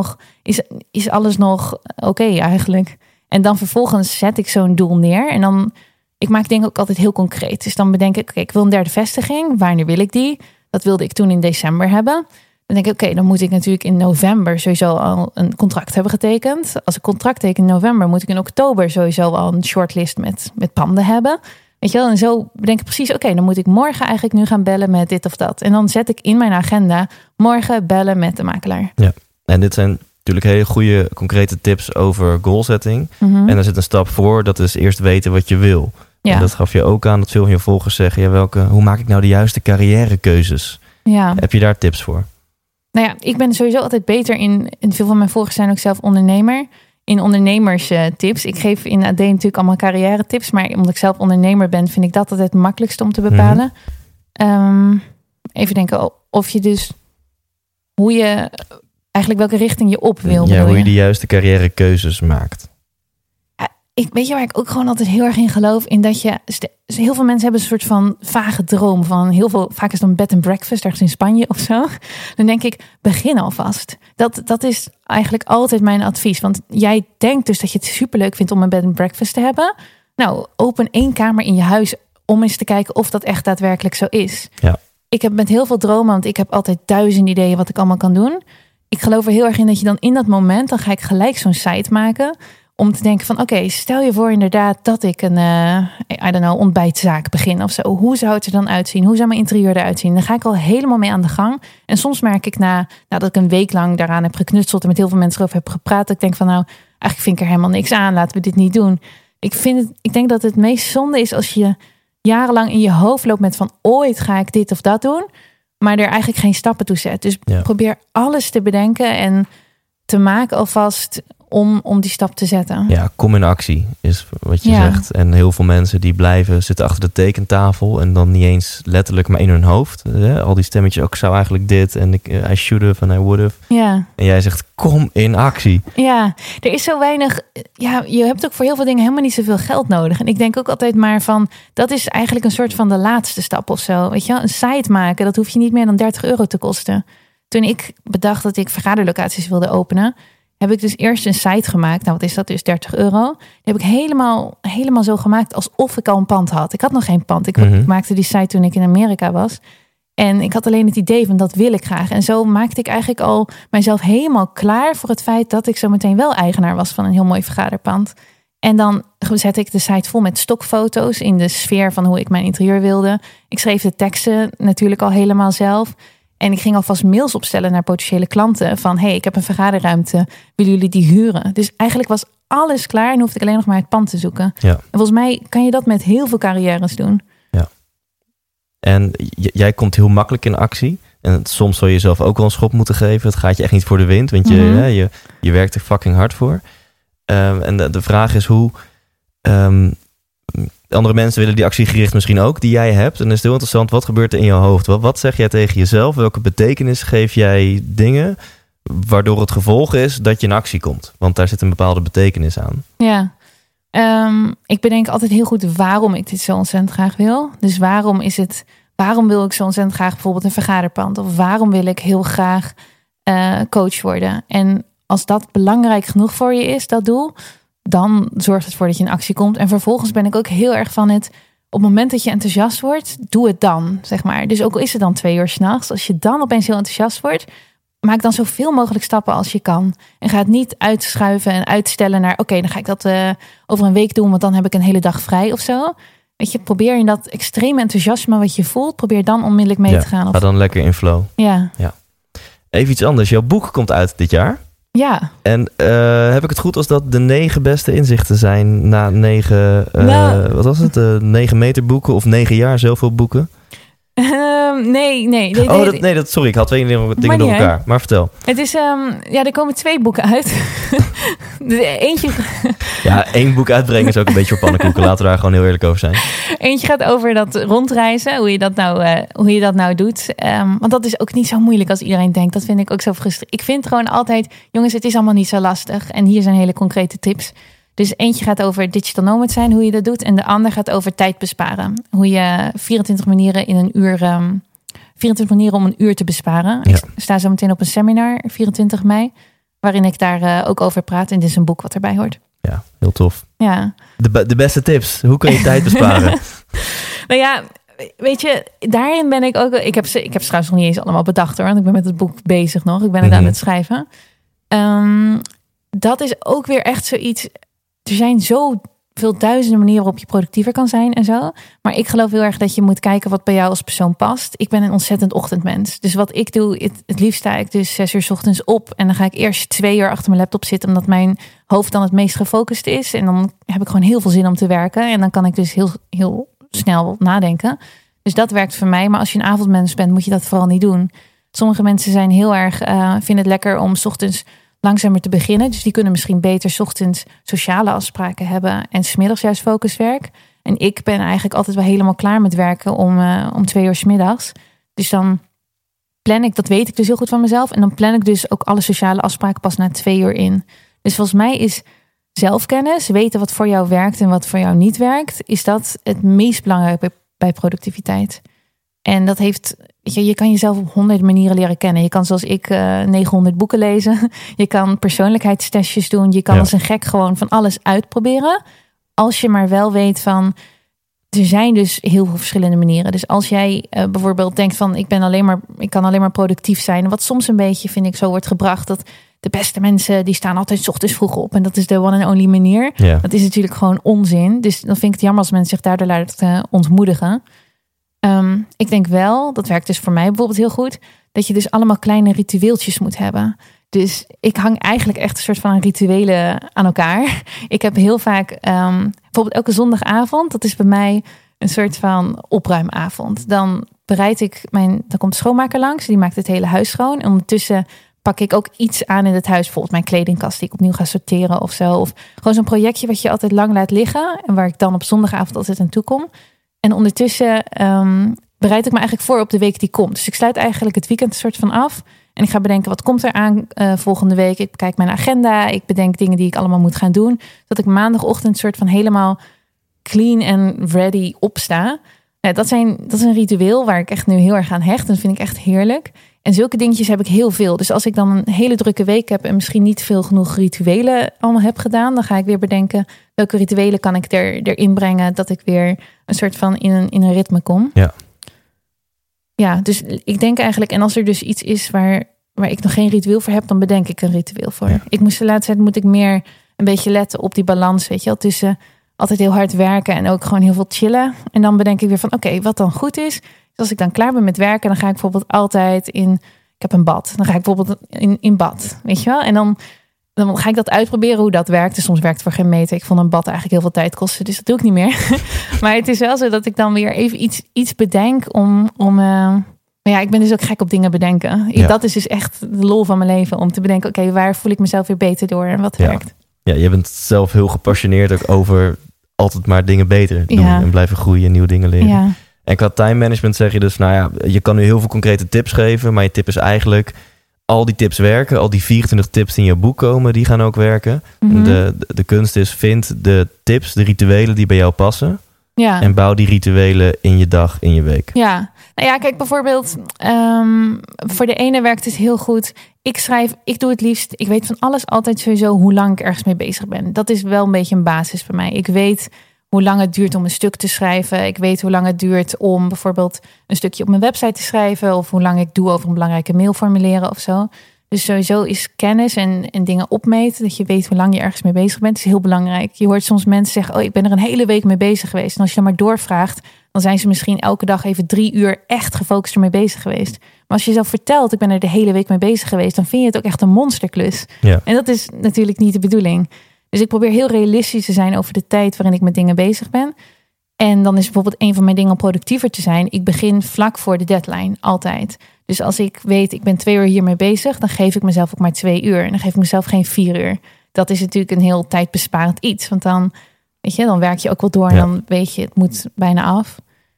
Is alles nog oké eigenlijk? En dan vervolgens zet ik zo'n doel neer en dan, ik maak dingen ook altijd heel concreet. Dus dan bedenk ik, ik wil een 3e vestiging. Wanneer wil ik die? Dat wilde ik toen in december hebben. Dan denk ik, dan moet ik natuurlijk in november sowieso al een contract hebben getekend. Als ik contract teken in november, moet ik in oktober sowieso al een shortlist met panden hebben. Weet je wel? En zo bedenk ik precies, dan moet ik morgen eigenlijk nu gaan bellen met dit of dat. En dan zet ik in mijn agenda, morgen bellen met de makelaar. Ja, en dit zijn natuurlijk hele goede concrete tips over goalsetting. Mm-hmm. En er zit een stap voor, dat is eerst weten wat je wil. Ja. En dat gaf je ook aan, dat veel van je volgers zeggen, hoe maak ik nou de juiste carrièrekeuzes? Ja. Heb je daar tips voor? Nou ja, ik ben sowieso altijd beter in veel van mijn volgers zijn ook zelf ondernemer. In ondernemerstips. Ik geef in AD natuurlijk allemaal carrière tips. Maar omdat ik zelf ondernemer ben, vind ik dat altijd het makkelijkste om te bepalen. Mm-hmm. Even denken of je dus, hoe je eigenlijk welke richting je op wil. Ja, hoe je de juiste carrièrekeuzes maakt. Weet je waar ik ook gewoon altijd heel erg in geloof? In dat heel veel mensen hebben een soort van vage droom van vaak is dan bed and breakfast ergens in Spanje of zo. Dan denk ik, begin alvast. Dat is eigenlijk altijd mijn advies. Want jij denkt dus dat je het superleuk vindt om een bed and breakfast te hebben. Nou, open 1 kamer in je huis om eens te kijken of dat echt daadwerkelijk zo is. Ja. Ik heb met heel veel dromen, want ik heb altijd 1000 ideeën wat ik allemaal kan doen. Ik geloof er heel erg in dat je dan in dat moment, dan ga ik gelijk zo'n site maken om te denken van, oké, stel je voor inderdaad dat ik een ontbijtzaak begin of zo. Hoe zou het er dan uitzien? Hoe zou mijn interieur eruit zien? Dan ga ik al helemaal mee aan de gang. En soms merk ik dat ik een week lang daaraan heb geknutseld en met heel veel mensen erover heb gepraat. Dat ik denk van, eigenlijk vind ik er helemaal niks aan. Laten we dit niet doen. Ik denk dat het meest zonde is als je jarenlang in je hoofd loopt met van, ooit ga ik dit of dat doen, maar er eigenlijk geen stappen toe zet. Dus probeer alles te bedenken en te maken alvast om die stap te zetten. Ja, kom in actie is wat je zegt. En heel veel mensen die zitten achter de tekentafel en dan niet eens letterlijk, maar in hun hoofd. Al die stemmetjes, ik zou eigenlijk dit en I should have en I would have. Ja. En jij zegt, kom in actie. Ja, er is zo weinig. Ja, je hebt ook voor heel veel dingen helemaal niet zoveel geld nodig. En ik denk ook altijd maar van, dat is eigenlijk een soort van de laatste stap of zo. Weet je wel, een site maken, dat hoef je niet meer dan €30 te kosten. Toen ik bedacht dat ik vergaderlocaties wilde openen, heb ik dus eerst een site gemaakt. Nou, wat is dat dus? €30. Die heb ik helemaal zo gemaakt alsof ik al een pand had. Ik had nog geen pand. Ik maakte die site toen ik in Amerika was. En ik had alleen het idee van, dat wil ik graag. En zo maakte ik eigenlijk al mijzelf helemaal klaar voor het feit dat ik zo meteen wel eigenaar was van een heel mooi vergaderpand. En dan zette ik de site vol met stokfoto's in de sfeer van hoe ik mijn interieur wilde. Ik schreef de teksten natuurlijk al helemaal zelf. En ik ging alvast mails opstellen naar potentiële klanten van, hey, ik heb een vergaderruimte, willen jullie die huren? Dus eigenlijk was alles klaar en hoefde ik alleen nog maar het pand te zoeken. Ja. En volgens mij kan je dat met heel veel carrières doen. Ja. En jij komt heel makkelijk in actie. En soms zal je jezelf ook wel een schop moeten geven. Het gaat je echt niet voor de wind, want je werkt er fucking hard voor. En de vraag is hoe... andere mensen willen die actiegericht misschien ook, die jij hebt. En dan is het heel interessant, wat gebeurt er in je hoofd? Wat zeg jij tegen jezelf? Welke betekenis geef jij dingen... waardoor het gevolg is dat je in actie komt? Want daar zit een bepaalde betekenis aan. Ja, ik bedenk altijd heel goed waarom ik dit zo ontzettend graag wil. Dus waarom wil ik zo ontzettend graag bijvoorbeeld een vergaderpand? Of waarom wil ik heel graag coach worden? En als dat belangrijk genoeg voor je is, dat doel... dan zorgt het ervoor dat je in actie komt. En vervolgens ben ik ook heel erg van het... op het moment dat je enthousiast wordt, doe het dan, zeg maar. Dus ook al is het dan 2 uur 's nachts... als je dan opeens heel enthousiast wordt... maak dan zoveel mogelijk stappen als je kan. En ga het niet uitschuiven en uitstellen naar... oké, dan ga ik dat over een week doen... want dan heb ik een hele dag vrij of zo. Weet je, probeer in dat extreme enthousiasme wat je voelt... probeer dan onmiddellijk mee te gaan. Ga dan lekker in flow. Ja. Even iets anders. Jouw boek komt uit dit jaar. Ja. En heb ik het goed als dat de 9 beste inzichten zijn... na 9, wat was het? 9 meter boeken of 9 jaar zoveel boeken? Nee. Sorry, ik had 2 dingen door elkaar. Maar vertel. Het is, er komen 2 boeken uit. Eentje... Ja, 1 boek uitbrengen is ook een beetje voor pannenkoeken. Laten we daar gewoon heel eerlijk over zijn. Eentje gaat over dat rondreizen, hoe je dat nou doet. Want dat is ook niet zo moeilijk als iedereen denkt. Dat vind ik ook zo frustrerend. Ik vind gewoon altijd, jongens, het is allemaal niet zo lastig. En hier zijn hele concrete tips. Dus eentje gaat over digital nomad zijn, hoe je dat doet. En de ander gaat over tijd besparen. Hoe je 24 manieren in een uur... 24 manieren om een uur te besparen. Ja. Ik sta zo meteen op een seminar, 24 mei... waarin ik daar ook over praat. En dit is een boek wat erbij hoort. Ja, heel tof. Ja. De beste tips. Hoe kun je tijd besparen? Nou ja, weet je, daarin ben ik ook... Ik heb trouwens nog niet eens allemaal bedacht hoor. Want ik ben met het boek bezig nog. Ik ben het aan het schrijven. Dat is ook weer echt zoiets... Er zijn zoveel duizenden manieren waarop je productiever kan zijn en zo. Maar ik geloof heel erg dat je moet kijken wat bij jou als persoon past. Ik ben een ontzettend ochtendmens. Dus wat ik doe, het liefst sta ik dus 6 uur 's ochtends op. En dan ga ik eerst 2 uur achter mijn laptop zitten. Omdat mijn hoofd dan het meest gefocust is. En dan heb ik gewoon heel veel zin om te werken. En dan kan ik dus heel, heel snel nadenken. Dus dat werkt voor mij. Maar als je een avondmens bent, moet je dat vooral niet doen. Sommige mensen zijn heel erg, vinden het lekker om 's ochtends langzamer te beginnen. Dus die kunnen misschien beter 's ochtends sociale afspraken hebben en 's middags juist focuswerk. En ik ben eigenlijk altijd wel helemaal klaar met werken om 2 uur 's middags. Dus dan plan ik, dat weet ik dus heel goed van mezelf. En dan plan ik dus ook alle sociale afspraken pas na 2 uur in. Dus volgens mij is zelfkennis, weten wat voor jou werkt en wat voor jou niet werkt, is dat het meest belangrijk bij productiviteit. En dat heeft, je kan jezelf op 100 manieren leren kennen. Je kan zoals ik 900 boeken lezen. Je kan persoonlijkheidstestjes doen. Je kan als een gek gewoon van alles uitproberen. Als je maar wel weet van, er zijn dus heel veel verschillende manieren. Dus als jij bijvoorbeeld denkt van, ik kan alleen maar productief zijn. Wat soms een beetje, vind ik, zo wordt gebracht. Dat de beste mensen, die staan altijd 's ochtends vroeg op. En dat is de one and only manier. Ja. Dat is natuurlijk gewoon onzin. Dus dan vind ik het jammer als mensen zich daardoor laten ontmoedigen. Ik denk wel, dat werkt dus voor mij bijvoorbeeld heel goed, dat je dus allemaal kleine ritueeltjes moet hebben. Dus ik hang eigenlijk echt een soort van rituelen aan elkaar. Ik heb heel vaak, bijvoorbeeld elke zondagavond, dat is bij mij een soort van opruimavond. Dan dan komt de schoonmaker langs, die maakt het hele huis schoon. En ondertussen pak ik ook iets aan in het huis, bijvoorbeeld mijn kledingkast die ik opnieuw ga sorteren of zo. Of gewoon zo'n projectje wat je altijd lang laat liggen en waar ik dan op zondagavond altijd aan toe kom. En ondertussen bereid ik me eigenlijk voor op de week die komt. Dus ik sluit eigenlijk het weekend een soort van af. En ik ga bedenken, wat komt er aan volgende week? Ik bekijk mijn agenda. Ik bedenk dingen die ik allemaal moet gaan doen. Dat ik maandagochtend soort van helemaal clean en ready opsta. Dat is een ritueel waar ik echt nu heel erg aan hecht. En dat vind ik echt heerlijk. En zulke dingetjes heb ik heel veel. Dus als ik dan een hele drukke week heb en misschien niet veel genoeg rituelen allemaal heb gedaan, dan ga ik weer bedenken, welke rituelen kan ik erin brengen, dat ik weer een soort van in een ritme kom. Ja, dus ik denk eigenlijk, en als er dus iets is waar ik nog geen ritueel voor heb, dan bedenk ik een ritueel voor. Ja. De laatste tijd moet ik meer een beetje letten op die balans, weet je wel, tussen altijd heel hard werken en ook gewoon heel veel chillen. En dan bedenk ik weer van, oké, wat dan goed is, als ik dan klaar ben met werken, dan ga ik bijvoorbeeld altijd ik heb een bad. Dan ga ik bijvoorbeeld in bad, weet je wel. En dan ga ik dat uitproberen hoe dat werkt. Dus soms werkt het voor geen meter. Ik vond een bad eigenlijk heel veel tijd kosten, dus dat doe ik niet meer. Maar het is wel zo dat ik dan weer even iets bedenk om Maar ja, ik ben dus ook gek op dingen bedenken. Ja. Dat is dus echt de lol van mijn leven. Om te bedenken, oké, waar voel ik mezelf weer beter door en wat werkt. Ja, je bent zelf heel gepassioneerd ook over altijd maar dingen beter doen. En blijven groeien en nieuwe dingen leren. Ja. En qua time management zeg je dus, je kan nu heel veel concrete tips geven. Maar je tip is eigenlijk, al die tips werken. Al die 24 tips die in je boek komen, die gaan ook werken. Mm-hmm. De kunst is, vind de tips, de rituelen die bij jou passen. Ja. En bouw die rituelen in je dag, in je week. Ja, nou ja, kijk bijvoorbeeld, voor de ene werkt het heel goed. Ik doe het liefst, ik weet van alles altijd sowieso hoe lang ik ergens mee bezig ben. Dat is wel een beetje een basis bij mij. Ik weet hoe lang het duurt om een stuk te schrijven. Ik weet hoe lang het duurt om bijvoorbeeld een stukje op mijn website te schrijven. Of hoe lang ik doe over een belangrijke mail formuleren of zo. Dus sowieso is kennis en dingen opmeten, dat je weet hoe lang je ergens mee bezig bent, is heel belangrijk. Je hoort soms mensen zeggen, ik ben er een hele week mee bezig geweest. En als je dan maar doorvraagt, dan zijn ze misschien elke dag even 3 uur echt gefocust ermee bezig geweest. Maar als je zelf vertelt, ik ben er de hele week mee bezig geweest, dan vind je het ook echt een monsterklus. Ja. En dat is natuurlijk niet de bedoeling. Dus ik probeer heel realistisch te zijn over de tijd waarin ik met dingen bezig ben. En dan is bijvoorbeeld een van mijn dingen om productiever te zijn. Ik begin vlak voor de deadline, altijd. Dus als ik weet, ik ben 2 uur hiermee bezig, dan geef ik mezelf ook maar 2 uur. En dan geef ik mezelf geen 4 uur. Dat is natuurlijk een heel tijdbesparend iets. Want dan, dan werk je ook wel door en dan weet je, het moet bijna af.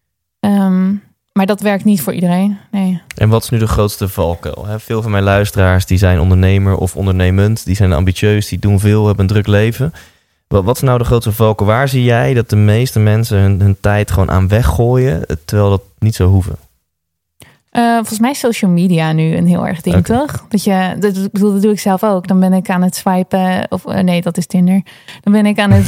Maar dat werkt niet voor iedereen. Nee. En wat is nu de grootste valkuil? Veel van mijn luisteraars die zijn ondernemer of ondernemend. Die zijn ambitieus, die doen veel, hebben een druk leven. Wat is nou de grootste valkuil? Waar zie jij dat de meeste mensen hun tijd gewoon aan weggooien, terwijl dat niet zou hoeven? Volgens mij is social media nu een heel erg ding, toch? Dat doe ik zelf ook. Dan ben ik aan het swipen. Of nee, dat is Tinder. Dan ben ik aan het,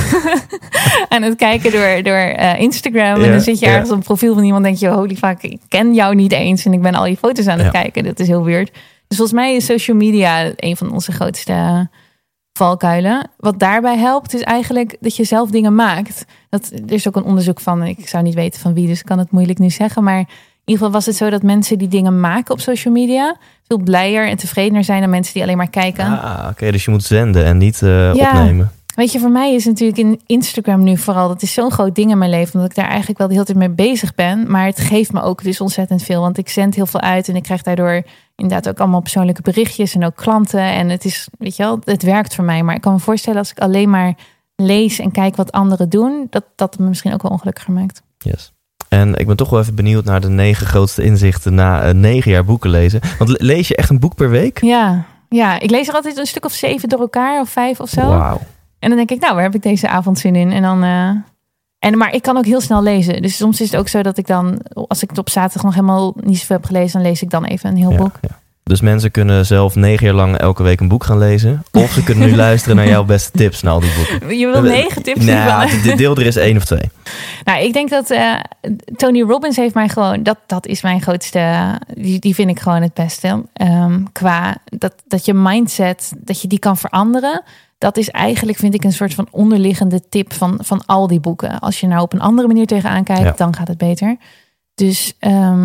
aan het kijken door Instagram. En dan zit je ergens op een profiel van iemand en denk je, holy fuck, ik ken jou niet eens. En ik ben al je foto's aan het kijken. Dat is heel weird. Dus volgens mij is social media een van onze grootste valkuilen. Wat daarbij helpt, is eigenlijk dat je zelf dingen maakt. Er is ook een onderzoek van, ik zou niet weten van wie, dus ik kan het moeilijk nu zeggen, maar in ieder geval was het zo dat mensen die dingen maken op social media veel blijer en tevredener zijn dan mensen die alleen maar kijken. Oké, dus je moet zenden en niet opnemen. Weet je, voor mij is natuurlijk in Instagram nu vooral, dat is zo'n groot ding in mijn leven, omdat ik daar eigenlijk wel de hele tijd mee bezig ben. Maar het geeft me ook dus ontzettend veel, want ik zend heel veel uit en ik krijg daardoor inderdaad ook allemaal persoonlijke berichtjes en ook klanten. En het is, weet je wel, het werkt voor mij. Maar ik kan me voorstellen als ik alleen maar lees en kijk wat anderen doen, dat me misschien ook wel ongelukkiger maakt. Yes. En ik ben toch wel even benieuwd naar de 9 grootste inzichten na 9 jaar boeken lezen. Want lees je echt een boek per week? Ja, ik lees er altijd een stuk of 7 door elkaar of 5 of zo. Wauw. En dan denk ik, waar heb ik deze avond zin in? En dan, maar ik kan ook heel snel lezen. Dus soms is het ook zo dat ik dan, als ik het op zaterdag nog helemaal niet zoveel heb gelezen, dan lees ik dan even een heel boek. Ja. Dus mensen kunnen zelf 9 jaar lang elke week een boek gaan lezen. Of ze kunnen nu luisteren naar jouw beste tips naar al die boeken. Je wil 9 tips? Nou, deel er is 1 of 2. Nou, ik denk dat Tony Robbins heeft mij gewoon, dat is mijn grootste, die vind ik gewoon het beste. Qua dat je mindset, dat je die kan veranderen. Dat is eigenlijk, vind ik, een soort van onderliggende tip van al die boeken. Als je nou op een andere manier tegenaan kijkt, dan gaat het beter. Dus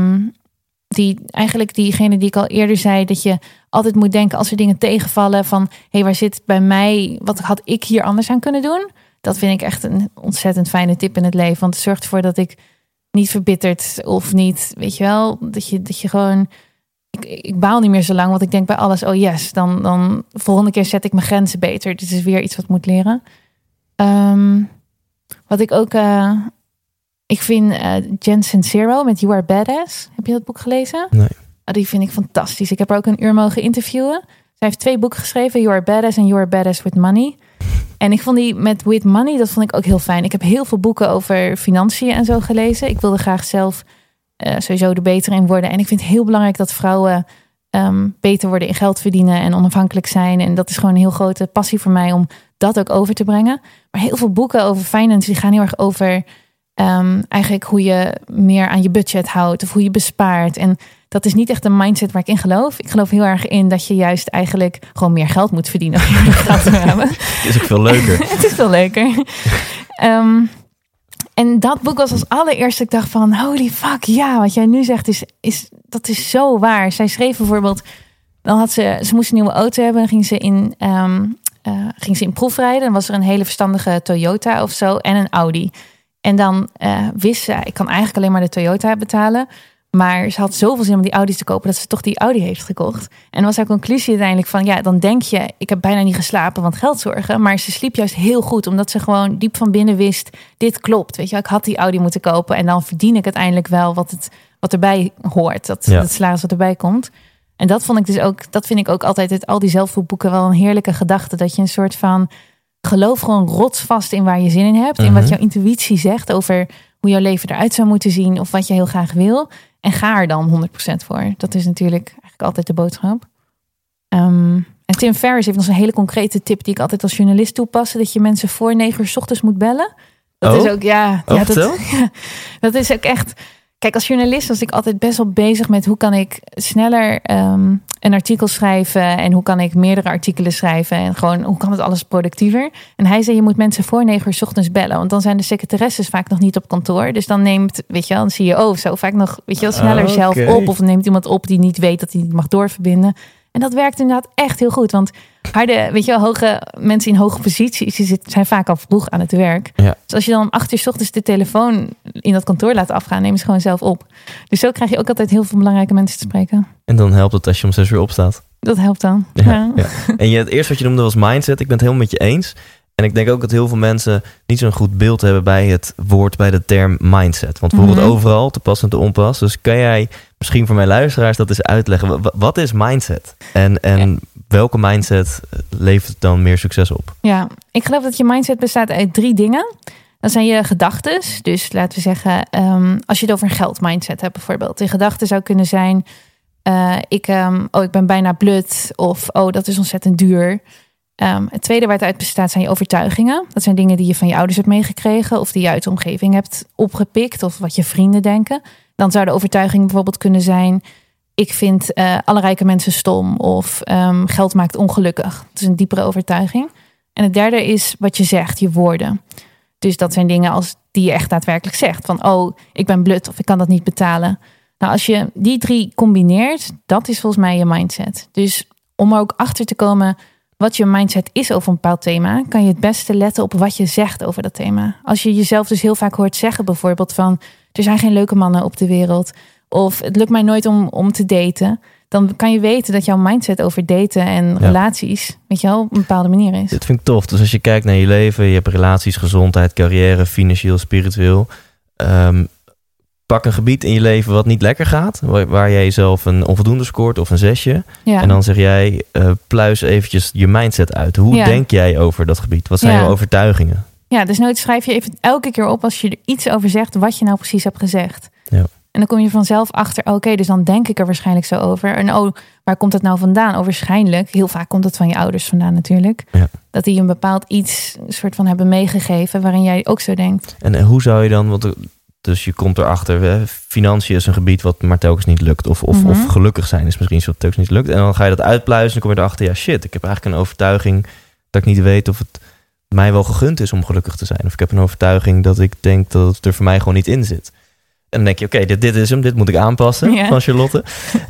diegene die ik al eerder zei, dat je altijd moet denken als er dingen tegenvallen van, waar zit bij mij, wat had ik hier anders aan kunnen doen? Dat vind ik echt een ontzettend fijne tip in het leven. Want het zorgt ervoor dat ik niet verbitterd of niet, weet je wel, dat je gewoon, ik baal niet meer zo lang, want ik denk bij alles, dan volgende keer zet ik mijn grenzen beter. Dit is weer iets wat ik moet leren. Wat ik ook, ik vind Jen Sincero met You Are Badass. Heb je dat boek gelezen? Nee. Die vind ik fantastisch. Ik heb haar ook een uur mogen interviewen. Zij heeft 2 boeken geschreven, You Are Badass en You Are Badass with Money. En ik vond die met With Money, dat vond ik ook heel fijn. Ik heb heel veel boeken over financiën en zo gelezen. Ik wilde graag zelf sowieso er beter in worden. En ik vind het heel belangrijk dat vrouwen beter worden in geld verdienen en onafhankelijk zijn. En dat is gewoon een heel grote passie voor mij om dat ook over te brengen. Maar heel veel boeken over finance, die gaan heel erg over eigenlijk hoe je meer aan je budget houdt of hoe je bespaart. En dat is niet echt een mindset waar ik in geloof. Ik geloof heel erg in dat je juist eigenlijk gewoon meer geld moet verdienen. Het is ook veel leuker. Het is veel leuker. En dat boek was als allereerste, ik dacht van, holy fuck, ja, wat jij nu zegt dat is zo waar. Zij schreef bijvoorbeeld, dan had ze moest een nieuwe auto hebben, dan ging ze in proefrijden. Dan was er een hele verstandige Toyota of zo en een Audi. En dan wist ze, ik kan eigenlijk alleen maar de Toyota betalen. Maar ze had zoveel zin om die Audi te kopen dat ze toch die Audi heeft gekocht. En was haar conclusie uiteindelijk van, ja, dan denk je, ik heb bijna niet geslapen, want geldzorgen. Maar ze sliep juist heel goed, omdat ze gewoon diep van binnen wist, dit klopt. Weet je, ik had die Audi moeten kopen en dan verdien ik uiteindelijk wel wat erbij hoort. Dat salaris wat erbij komt. En dat vond ik dus ook, dat vind ik ook altijd uit al die zelfhulpboeken wel een heerlijke gedachte. Dat je een soort van geloof gewoon rotsvast in waar je zin in hebt. In wat jouw intuïtie zegt over hoe jouw leven eruit zou moeten zien. Of wat je heel graag wil. En ga er dan 100% voor. Dat is natuurlijk eigenlijk altijd de boodschap. En Tim Ferriss heeft nog een hele concrete tip die ik altijd als journalist toepas. Dat je mensen voor 9 uur 's ochtends moet bellen. Dat is ook, dat is ook echt. Kijk, als journalist was ik altijd best wel bezig met hoe kan ik sneller een artikel schrijven en hoe kan ik meerdere artikelen schrijven en gewoon hoe kan het alles productiever. En hij zei, je moet mensen voor 9 uur 's ochtends bellen, want dan zijn de secretaresses vaak nog niet op kantoor. Dus dan neemt, weet je wel, een CEO zo vaak nog, weet je wel, sneller zelf op of neemt iemand op die niet weet dat hij niet mag doorverbinden. En dat werkt inderdaad echt heel goed. Want harde, weet je wel, mensen in hoge posities die zijn vaak al vroeg aan het werk. Ja. Dus als je dan om 8 uur 's ochtends de telefoon in dat kantoor laat afgaan, neem ze gewoon zelf op. Dus zo krijg je ook altijd heel veel belangrijke mensen te spreken. En dan helpt het als je om 6 uur opstaat. Dat helpt dan. Ja. En het eerste wat je noemde was mindset. Ik ben het helemaal met je eens. En ik denk ook dat heel veel mensen niet zo'n goed beeld hebben bij het woord, bij de term mindset. Want we horen het overal, te pas en te onpas. Dus kan jij misschien voor mijn luisteraars dat eens uitleggen? Wat is mindset? En welke mindset levert dan meer succes op? Ja, ik geloof dat je mindset bestaat uit 3 dingen. Dat zijn je gedachten. Dus laten we zeggen, als je het over een geldmindset hebt bijvoorbeeld. De gedachte zou kunnen zijn, ik ben bijna blut. Of, dat is ontzettend duur. Het tweede waar het uit bestaat zijn je overtuigingen. Dat zijn dingen die je van je ouders hebt meegekregen of die je uit de omgeving hebt opgepikt of wat je vrienden denken. Dan zou de overtuiging bijvoorbeeld kunnen zijn, ik vind alle rijke mensen stom of geld maakt ongelukkig. Dat is een diepere overtuiging. En het derde is wat je zegt, je woorden. Dus dat zijn dingen als die je echt daadwerkelijk zegt. Van, ik ben blut of ik kan dat niet betalen. Nou, als je die 3 combineert, dat is volgens mij je mindset. Dus om er ook achter te komen wat je mindset is over een bepaald thema, kan je het beste letten op wat je zegt over dat thema. Als je jezelf dus heel vaak hoort zeggen bijvoorbeeld van, er zijn geen leuke mannen op de wereld. Of het lukt mij nooit om te daten. Dan kan je weten dat jouw mindset over daten en relaties, weet je wel, op een bepaalde manier is. Dit vind ik tof. Dus als je kijkt naar je leven, je hebt relaties, gezondheid, carrière, financieel, spiritueel. Pak een gebied in je leven wat niet lekker gaat, waar jij jezelf een onvoldoende scoort of een 6. Ja. En dan zeg jij, pluis eventjes je mindset uit. Hoe denk jij over dat gebied? Wat zijn jouw overtuigingen? Ja, dus nooit schrijf je even elke keer op als je er iets over zegt, wat je nou precies hebt gezegd. Ja. En dan kom je vanzelf achter, oké, dus dan denk ik er waarschijnlijk zo over. En waar komt het nou vandaan? Waarschijnlijk, heel vaak komt het van je ouders vandaan natuurlijk. Ja. Dat die een bepaald iets soort van hebben meegegeven waarin jij ook zo denkt. En hoe zou je dan, dus je komt erachter, financiën is een gebied wat maar telkens niet lukt. Of gelukkig zijn is misschien iets wat telkens niet lukt. En dan ga je dat uitpluizen en dan kom je erachter, ja shit, ik heb eigenlijk een overtuiging dat ik niet weet of het mij wel gegund is om gelukkig te zijn. Of ik heb een overtuiging dat ik denk dat het er voor mij gewoon niet in zit. En dan denk je, oké, dit is hem, dit moet ik aanpassen van Charlotte.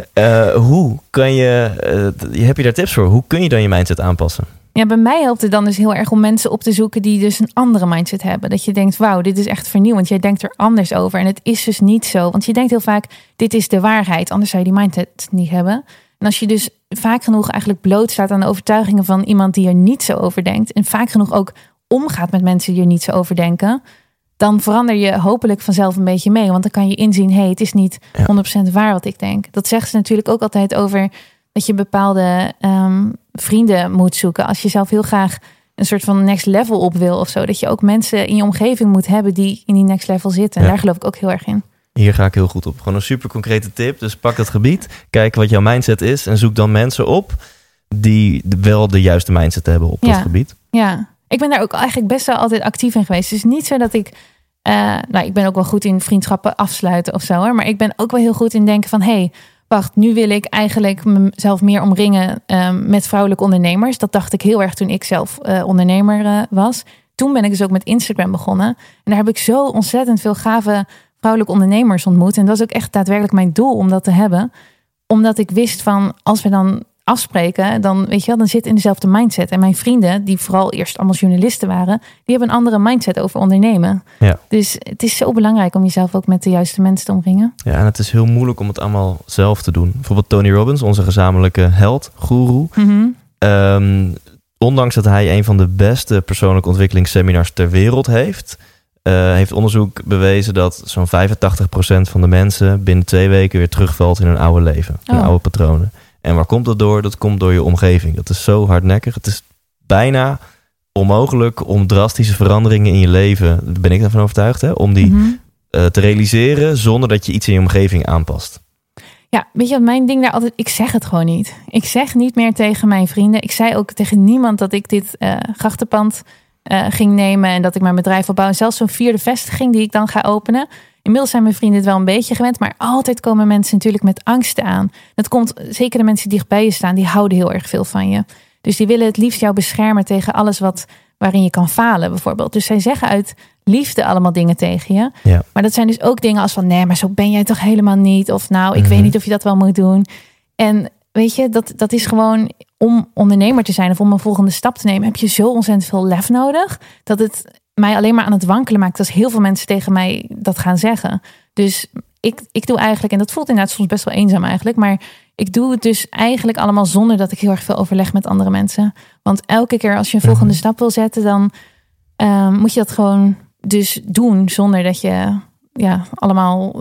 Hoe kan heb je daar tips voor? Hoe kun je dan je mindset aanpassen? Ja, bij mij helpt het dan dus heel erg om mensen op te zoeken die dus een andere mindset hebben. Dat je denkt, wauw, dit is echt vernieuwend. Jij denkt er anders over en het is dus niet zo. Want je denkt heel vaak, dit is de waarheid. Anders zou je die mindset niet hebben. En als je dus vaak genoeg eigenlijk blootstaat aan de overtuigingen van iemand die er niet zo over denkt. En vaak genoeg ook omgaat met mensen die er niet zo over denken. Dan verander je hopelijk vanzelf een beetje mee. Want dan kan je inzien, het is niet 100% waar wat ik denk. Dat zeggen ze natuurlijk ook altijd over dat je bepaalde vrienden moet zoeken. Als je zelf heel graag een soort van next level op wil of zo. Dat je ook mensen in je omgeving moet hebben die in die next level zitten. En daar geloof ik ook heel erg in. Hier ga ik heel goed op. Gewoon een super concrete tip. Dus pak dat gebied, kijk wat jouw mindset is en zoek dan mensen op die wel de juiste mindset hebben op dat gebied. Ja, ik ben daar ook eigenlijk best wel altijd actief in geweest. Dus niet zo dat ik ik ben ook wel goed in vriendschappen afsluiten of zo hoor. Maar ik ben ook wel heel goed in denken van wacht, nu wil ik eigenlijk mezelf meer omringen met vrouwelijke ondernemers. Dat dacht ik heel erg toen ik zelf ondernemer was. Toen ben ik dus ook met Instagram begonnen. En daar heb ik zo ontzettend veel gave vrouwelijke ondernemers ontmoet. En dat was ook echt daadwerkelijk mijn doel om dat te hebben. Omdat ik wist van, als we dan afspreken, dan weet je wel, dan zit in dezelfde mindset. En mijn vrienden, die vooral eerst allemaal journalisten waren, die hebben een andere mindset over ondernemen. Ja. Dus het is zo belangrijk om jezelf ook met de juiste mensen te omringen. Ja, en het is heel moeilijk om het allemaal zelf te doen. Bijvoorbeeld Tony Robbins, onze gezamenlijke held, goeroe. Ondanks dat hij een van de beste persoonlijke ontwikkelingsseminars ter wereld heeft onderzoek bewezen dat zo'n 85% van de mensen binnen 2 weken weer terugvalt in hun oude leven. In oude patronen. En waar komt dat door? Dat komt door je omgeving. Dat is zo hardnekkig. Het is bijna onmogelijk om drastische veranderingen in je leven, daar ben ik ervan overtuigd, om die te realiseren zonder dat je iets in je omgeving aanpast. Ja, weet je wat mijn ding daar altijd... Ik zeg het gewoon niet. Ik zeg niet meer tegen mijn vrienden. Ik zei ook tegen niemand dat ik dit grachtenpand ging nemen en dat ik mijn bedrijf wil bouwen. Zelfs zo'n 4e vestiging die ik dan ga openen. Inmiddels zijn mijn vrienden het wel een beetje gewend, maar altijd komen mensen natuurlijk met angsten aan. Dat komt, zeker de mensen die dichtbij je staan, die houden heel erg veel van je. Dus die willen het liefst jou beschermen tegen alles waarin je kan falen bijvoorbeeld. Dus zij zeggen uit liefde allemaal dingen tegen je. Ja. Maar dat zijn dus ook dingen als van, nee, maar zo ben jij toch helemaal niet. Of nou, ik weet niet of je dat wel moet doen. En weet je, dat is gewoon, om ondernemer te zijn of om een volgende stap te nemen, heb je zo ontzettend veel lef nodig, dat het mij alleen maar aan het wankelen maakt als heel veel mensen tegen mij dat gaan zeggen. Dus ik doe eigenlijk, en dat voelt inderdaad soms best wel eenzaam eigenlijk, maar ik doe het dus eigenlijk allemaal zonder dat ik heel erg veel overleg met andere mensen. Want elke keer als je een volgende stap wil zetten, dan moet je dat gewoon dus doen zonder dat je allemaal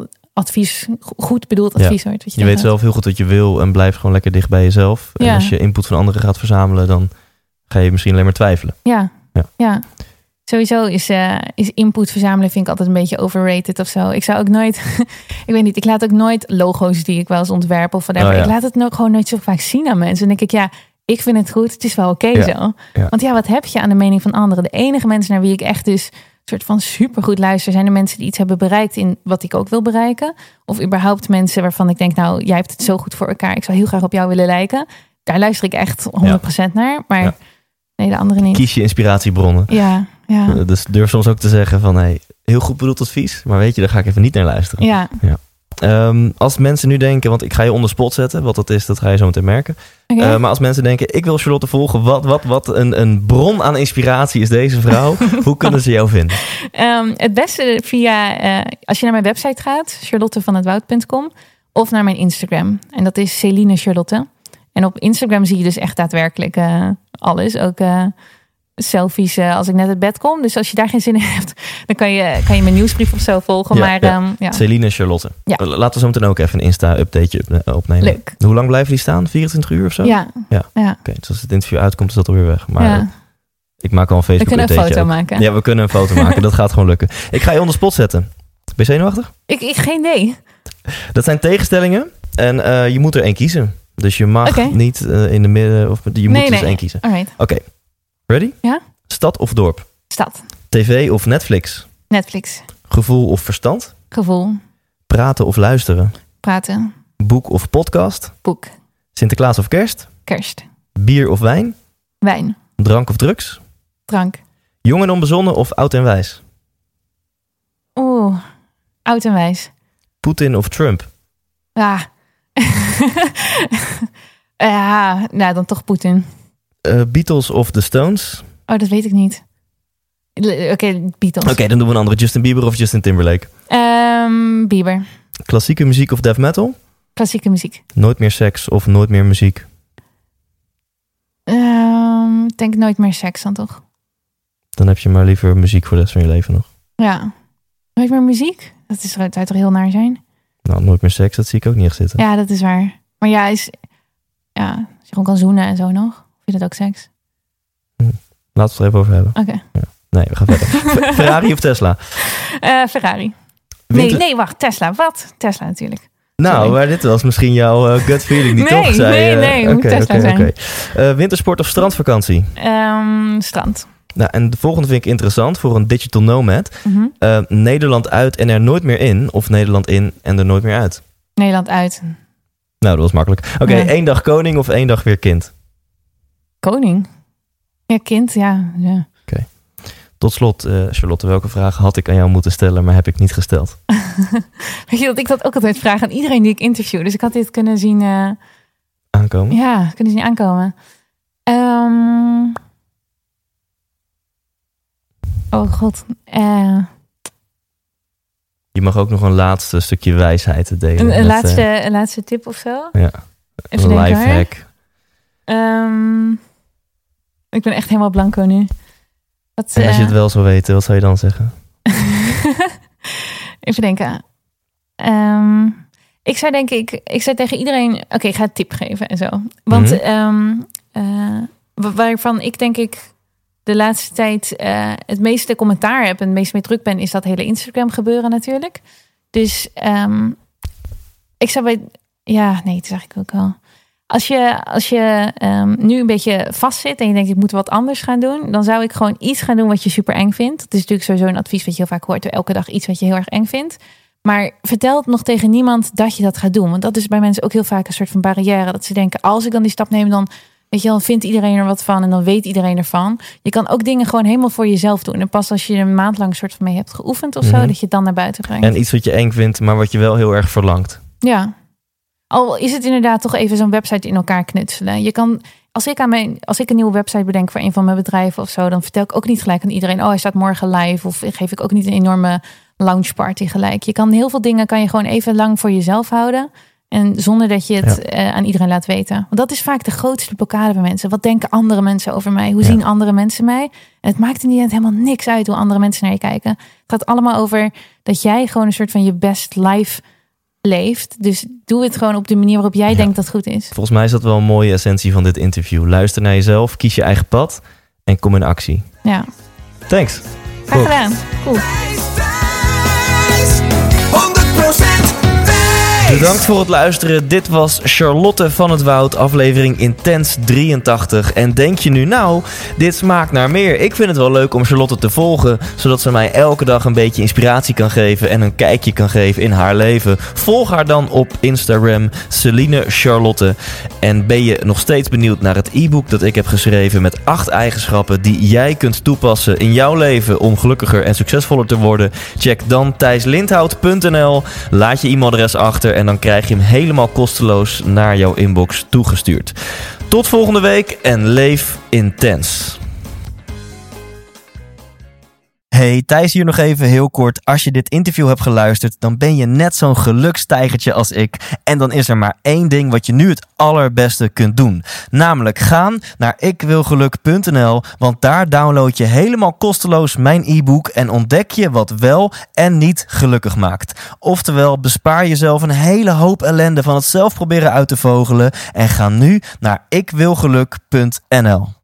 goed bedoeld advies hoort. Je weet zelf heel goed wat je wil en blijf gewoon lekker dicht bij jezelf. En als je input van anderen gaat verzamelen, dan ga je misschien alleen maar twijfelen. Ja. Sowieso is input verzamelen vind ik altijd een beetje overrated of zo. Ik zou ook nooit, ik weet niet, ik laat ook nooit logo's die ik wel eens ontwerp of whatever. Ik laat het gewoon nooit zo vaak zien aan mensen. En denk ik, ik vind het goed, het is wel oké zo. Ja. Want wat heb je aan de mening van anderen? De enige mensen naar wie ik echt dus soort van supergoed luister zijn de mensen die iets hebben bereikt in wat ik ook wil bereiken. Of überhaupt mensen waarvan ik denk, nou, jij hebt het zo goed voor elkaar. Ik zou heel graag op jou willen lijken. Daar luister ik echt 100% naar. Maar nee, de andere niet. Kies je inspiratiebronnen. Ja. Dus durf soms ook te zeggen van, heel goed bedoeld advies. Maar weet je, daar ga ik even niet naar luisteren. Ja. Als mensen nu denken, want ik ga je onder spot zetten. Wat dat is, dat ga je zo meteen merken. Okay. Maar als mensen denken, ik wil Charlotte volgen. Wat een bron aan inspiratie is deze vrouw. Hoe kunnen ze jou vinden? Het beste via, als je naar mijn website gaat, charlottevanhetwoud.com. Of naar mijn Instagram. En dat is Celine Charlotte. En op Instagram zie je dus echt daadwerkelijk alles. Ook selfies als ik net uit bed kom. Dus als je daar geen zin in hebt, dan kan je mijn nieuwsbrief of zo volgen. Celine Charlotte. Ja. Laten we zo meteen ook even een Insta-updateje opnemen. Leuk. Hoe lang blijven die staan? 24 uur of zo? Ja. Oké, dus als het interview uitkomt, is dat alweer weg. Maar ik maak al een Facebook-updateje. We kunnen een foto maken. Ja, we kunnen een foto maken. Dat gaat gewoon lukken. Ik ga je onder spot zetten. Ben je zenuwachtig? Ik geen idee. Dat zijn tegenstellingen. En je moet er één kiezen. Dus je mag niet in de midden. Of je moet dus één kiezen. Oké. Ready? Ja. Stad of dorp? Stad. TV of Netflix? Netflix. Gevoel of verstand? Gevoel. Praten of luisteren? Praten. Boek of podcast? Boek. Sinterklaas of kerst? Kerst. Bier of wijn? Wijn. Drank of drugs? Drank. Jong en onbezonnen of oud en wijs? Oud en wijs. Poetin of Trump? Nou dan toch Poetin. Beatles of The Stones? Dat weet ik niet. Beatles. Oké, dan doen we een andere. Justin Bieber of Justin Timberlake? Bieber. Klassieke muziek of death metal? Klassieke muziek. Nooit meer seks of nooit meer muziek? Ik denk nooit meer seks dan toch? Dan heb je maar liever muziek voor de rest van je leven nog. Ja. Nooit meer muziek? Dat zou toch heel naar zijn? Nou, nooit meer seks, dat zie ik ook niet echt zitten. Ja, dat is waar. Maar als je gewoon kan zoenen en zo nog. Of je dat ook seks? Laten we het er even over hebben. Oké. Ja. Nee, we gaan verder. Ferrari of Tesla? Ferrari. Nee, wacht. Tesla. Wat? Tesla natuurlijk. Nou, maar dit was misschien jouw gut feeling die toch zei... Nee, moet Tesla zijn. Wintersport of strandvakantie? Strand. Nou, en de volgende vind ik interessant voor een digital nomad. Nederland uit en er nooit meer in. Of Nederland in en er nooit meer uit? Nederland uit. Nou, dat was makkelijk. Oké, 1 dag koning of 1 dag weer kind? Koning. Ja, kind, ja. Oké. Tot slot, Charlotte, welke vragen had ik aan jou moeten stellen, maar heb ik niet gesteld? Weet je dat ik dat ook altijd vraag aan iedereen die ik interview. Dus ik had dit kunnen zien aankomen? Ja, kunnen ze niet aankomen. Oh god. Je mag ook nog een laatste stukje wijsheid delen. Een laatste tip of zo? Ja, Even een denken, lifehack. Ik ben echt helemaal blanco nu. En als je het wel zou weten, wat zou je dan zeggen? Even denken. Ik zou tegen iedereen... Oké, ik ga een tip geven en zo. Want waarvan ik denk ik de laatste tijd het meeste commentaar heb en het meest mee druk ben, is dat hele Instagram gebeuren natuurlijk. Dus ik zou bij... Ja, nee, dat zeg ik ook wel. Als je nu een beetje vastzit en je denkt, ik moet wat anders gaan doen, dan zou ik gewoon iets gaan doen wat je super eng vindt. Dat is natuurlijk sowieso een advies wat je heel vaak hoort. Elke dag iets wat je heel erg eng vindt. Maar vertel het nog tegen niemand dat je dat gaat doen. Want dat is bij mensen ook heel vaak een soort van barrière. Dat ze denken, als ik dan die stap neem, dan vindt iedereen er wat van en dan weet iedereen ervan. Je kan ook dingen gewoon helemaal voor jezelf doen. En pas als je er een maand lang een soort van mee hebt geoefend of zo, dat je het dan naar buiten brengt. En iets wat je eng vindt, maar wat je wel heel erg verlangt. Ja. Al is het inderdaad toch even zo'n website in elkaar knutselen. Je kan, als ik een nieuwe website bedenk voor een van mijn bedrijven of zo, dan vertel ik ook niet gelijk aan iedereen, hij staat morgen live. Of geef ik ook niet een enorme launch party gelijk. Je kan heel veel dingen kan je gewoon even lang voor jezelf houden. En zonder dat je het aan iedereen laat weten. Want dat is vaak de grootste blokkade bij mensen. Wat denken andere mensen over mij? Hoe zien andere mensen mij? En het maakt in die end helemaal niks uit hoe andere mensen naar je kijken. Het gaat allemaal over dat jij gewoon een soort van je best life leeft. Dus doe het gewoon op de manier waarop jij denkt dat het goed is. Volgens mij is dat wel een mooie essentie van dit interview. Luister naar jezelf, kies je eigen pad en kom in actie. Ja. Thanks. Graag gedaan. Cool. Bedankt voor het luisteren. Dit was Charlotte van het Woud, aflevering Intens 83. En denk je nu, nou, dit smaakt naar meer. Ik vind het wel leuk om Charlotte te volgen, zodat ze mij elke dag een beetje inspiratie kan geven en een kijkje kan geven in haar leven. Volg haar dan op Instagram, Celine Charlotte. En ben je nog steeds benieuwd naar het e-book dat ik heb geschreven met 8 eigenschappen die jij kunt toepassen in jouw leven om gelukkiger en succesvoller te worden? Check dan thijslindhout.nl. Laat je e-mailadres achter en dan krijg je hem helemaal kosteloos naar jouw inbox toegestuurd. Tot volgende week en leef intens. Hey, Thijs hier nog even heel kort. Als je dit interview hebt geluisterd, dan ben je net zo'n gelukstijgertje als ik. En dan is er maar één ding wat je nu het allerbeste kunt doen. Namelijk gaan naar ikwilgeluk.nl, want daar download je helemaal kosteloos mijn e-book en ontdek je wat wel en niet gelukkig maakt. Oftewel, bespaar jezelf een hele hoop ellende van het zelf proberen uit te vogelen en ga nu naar ikwilgeluk.nl.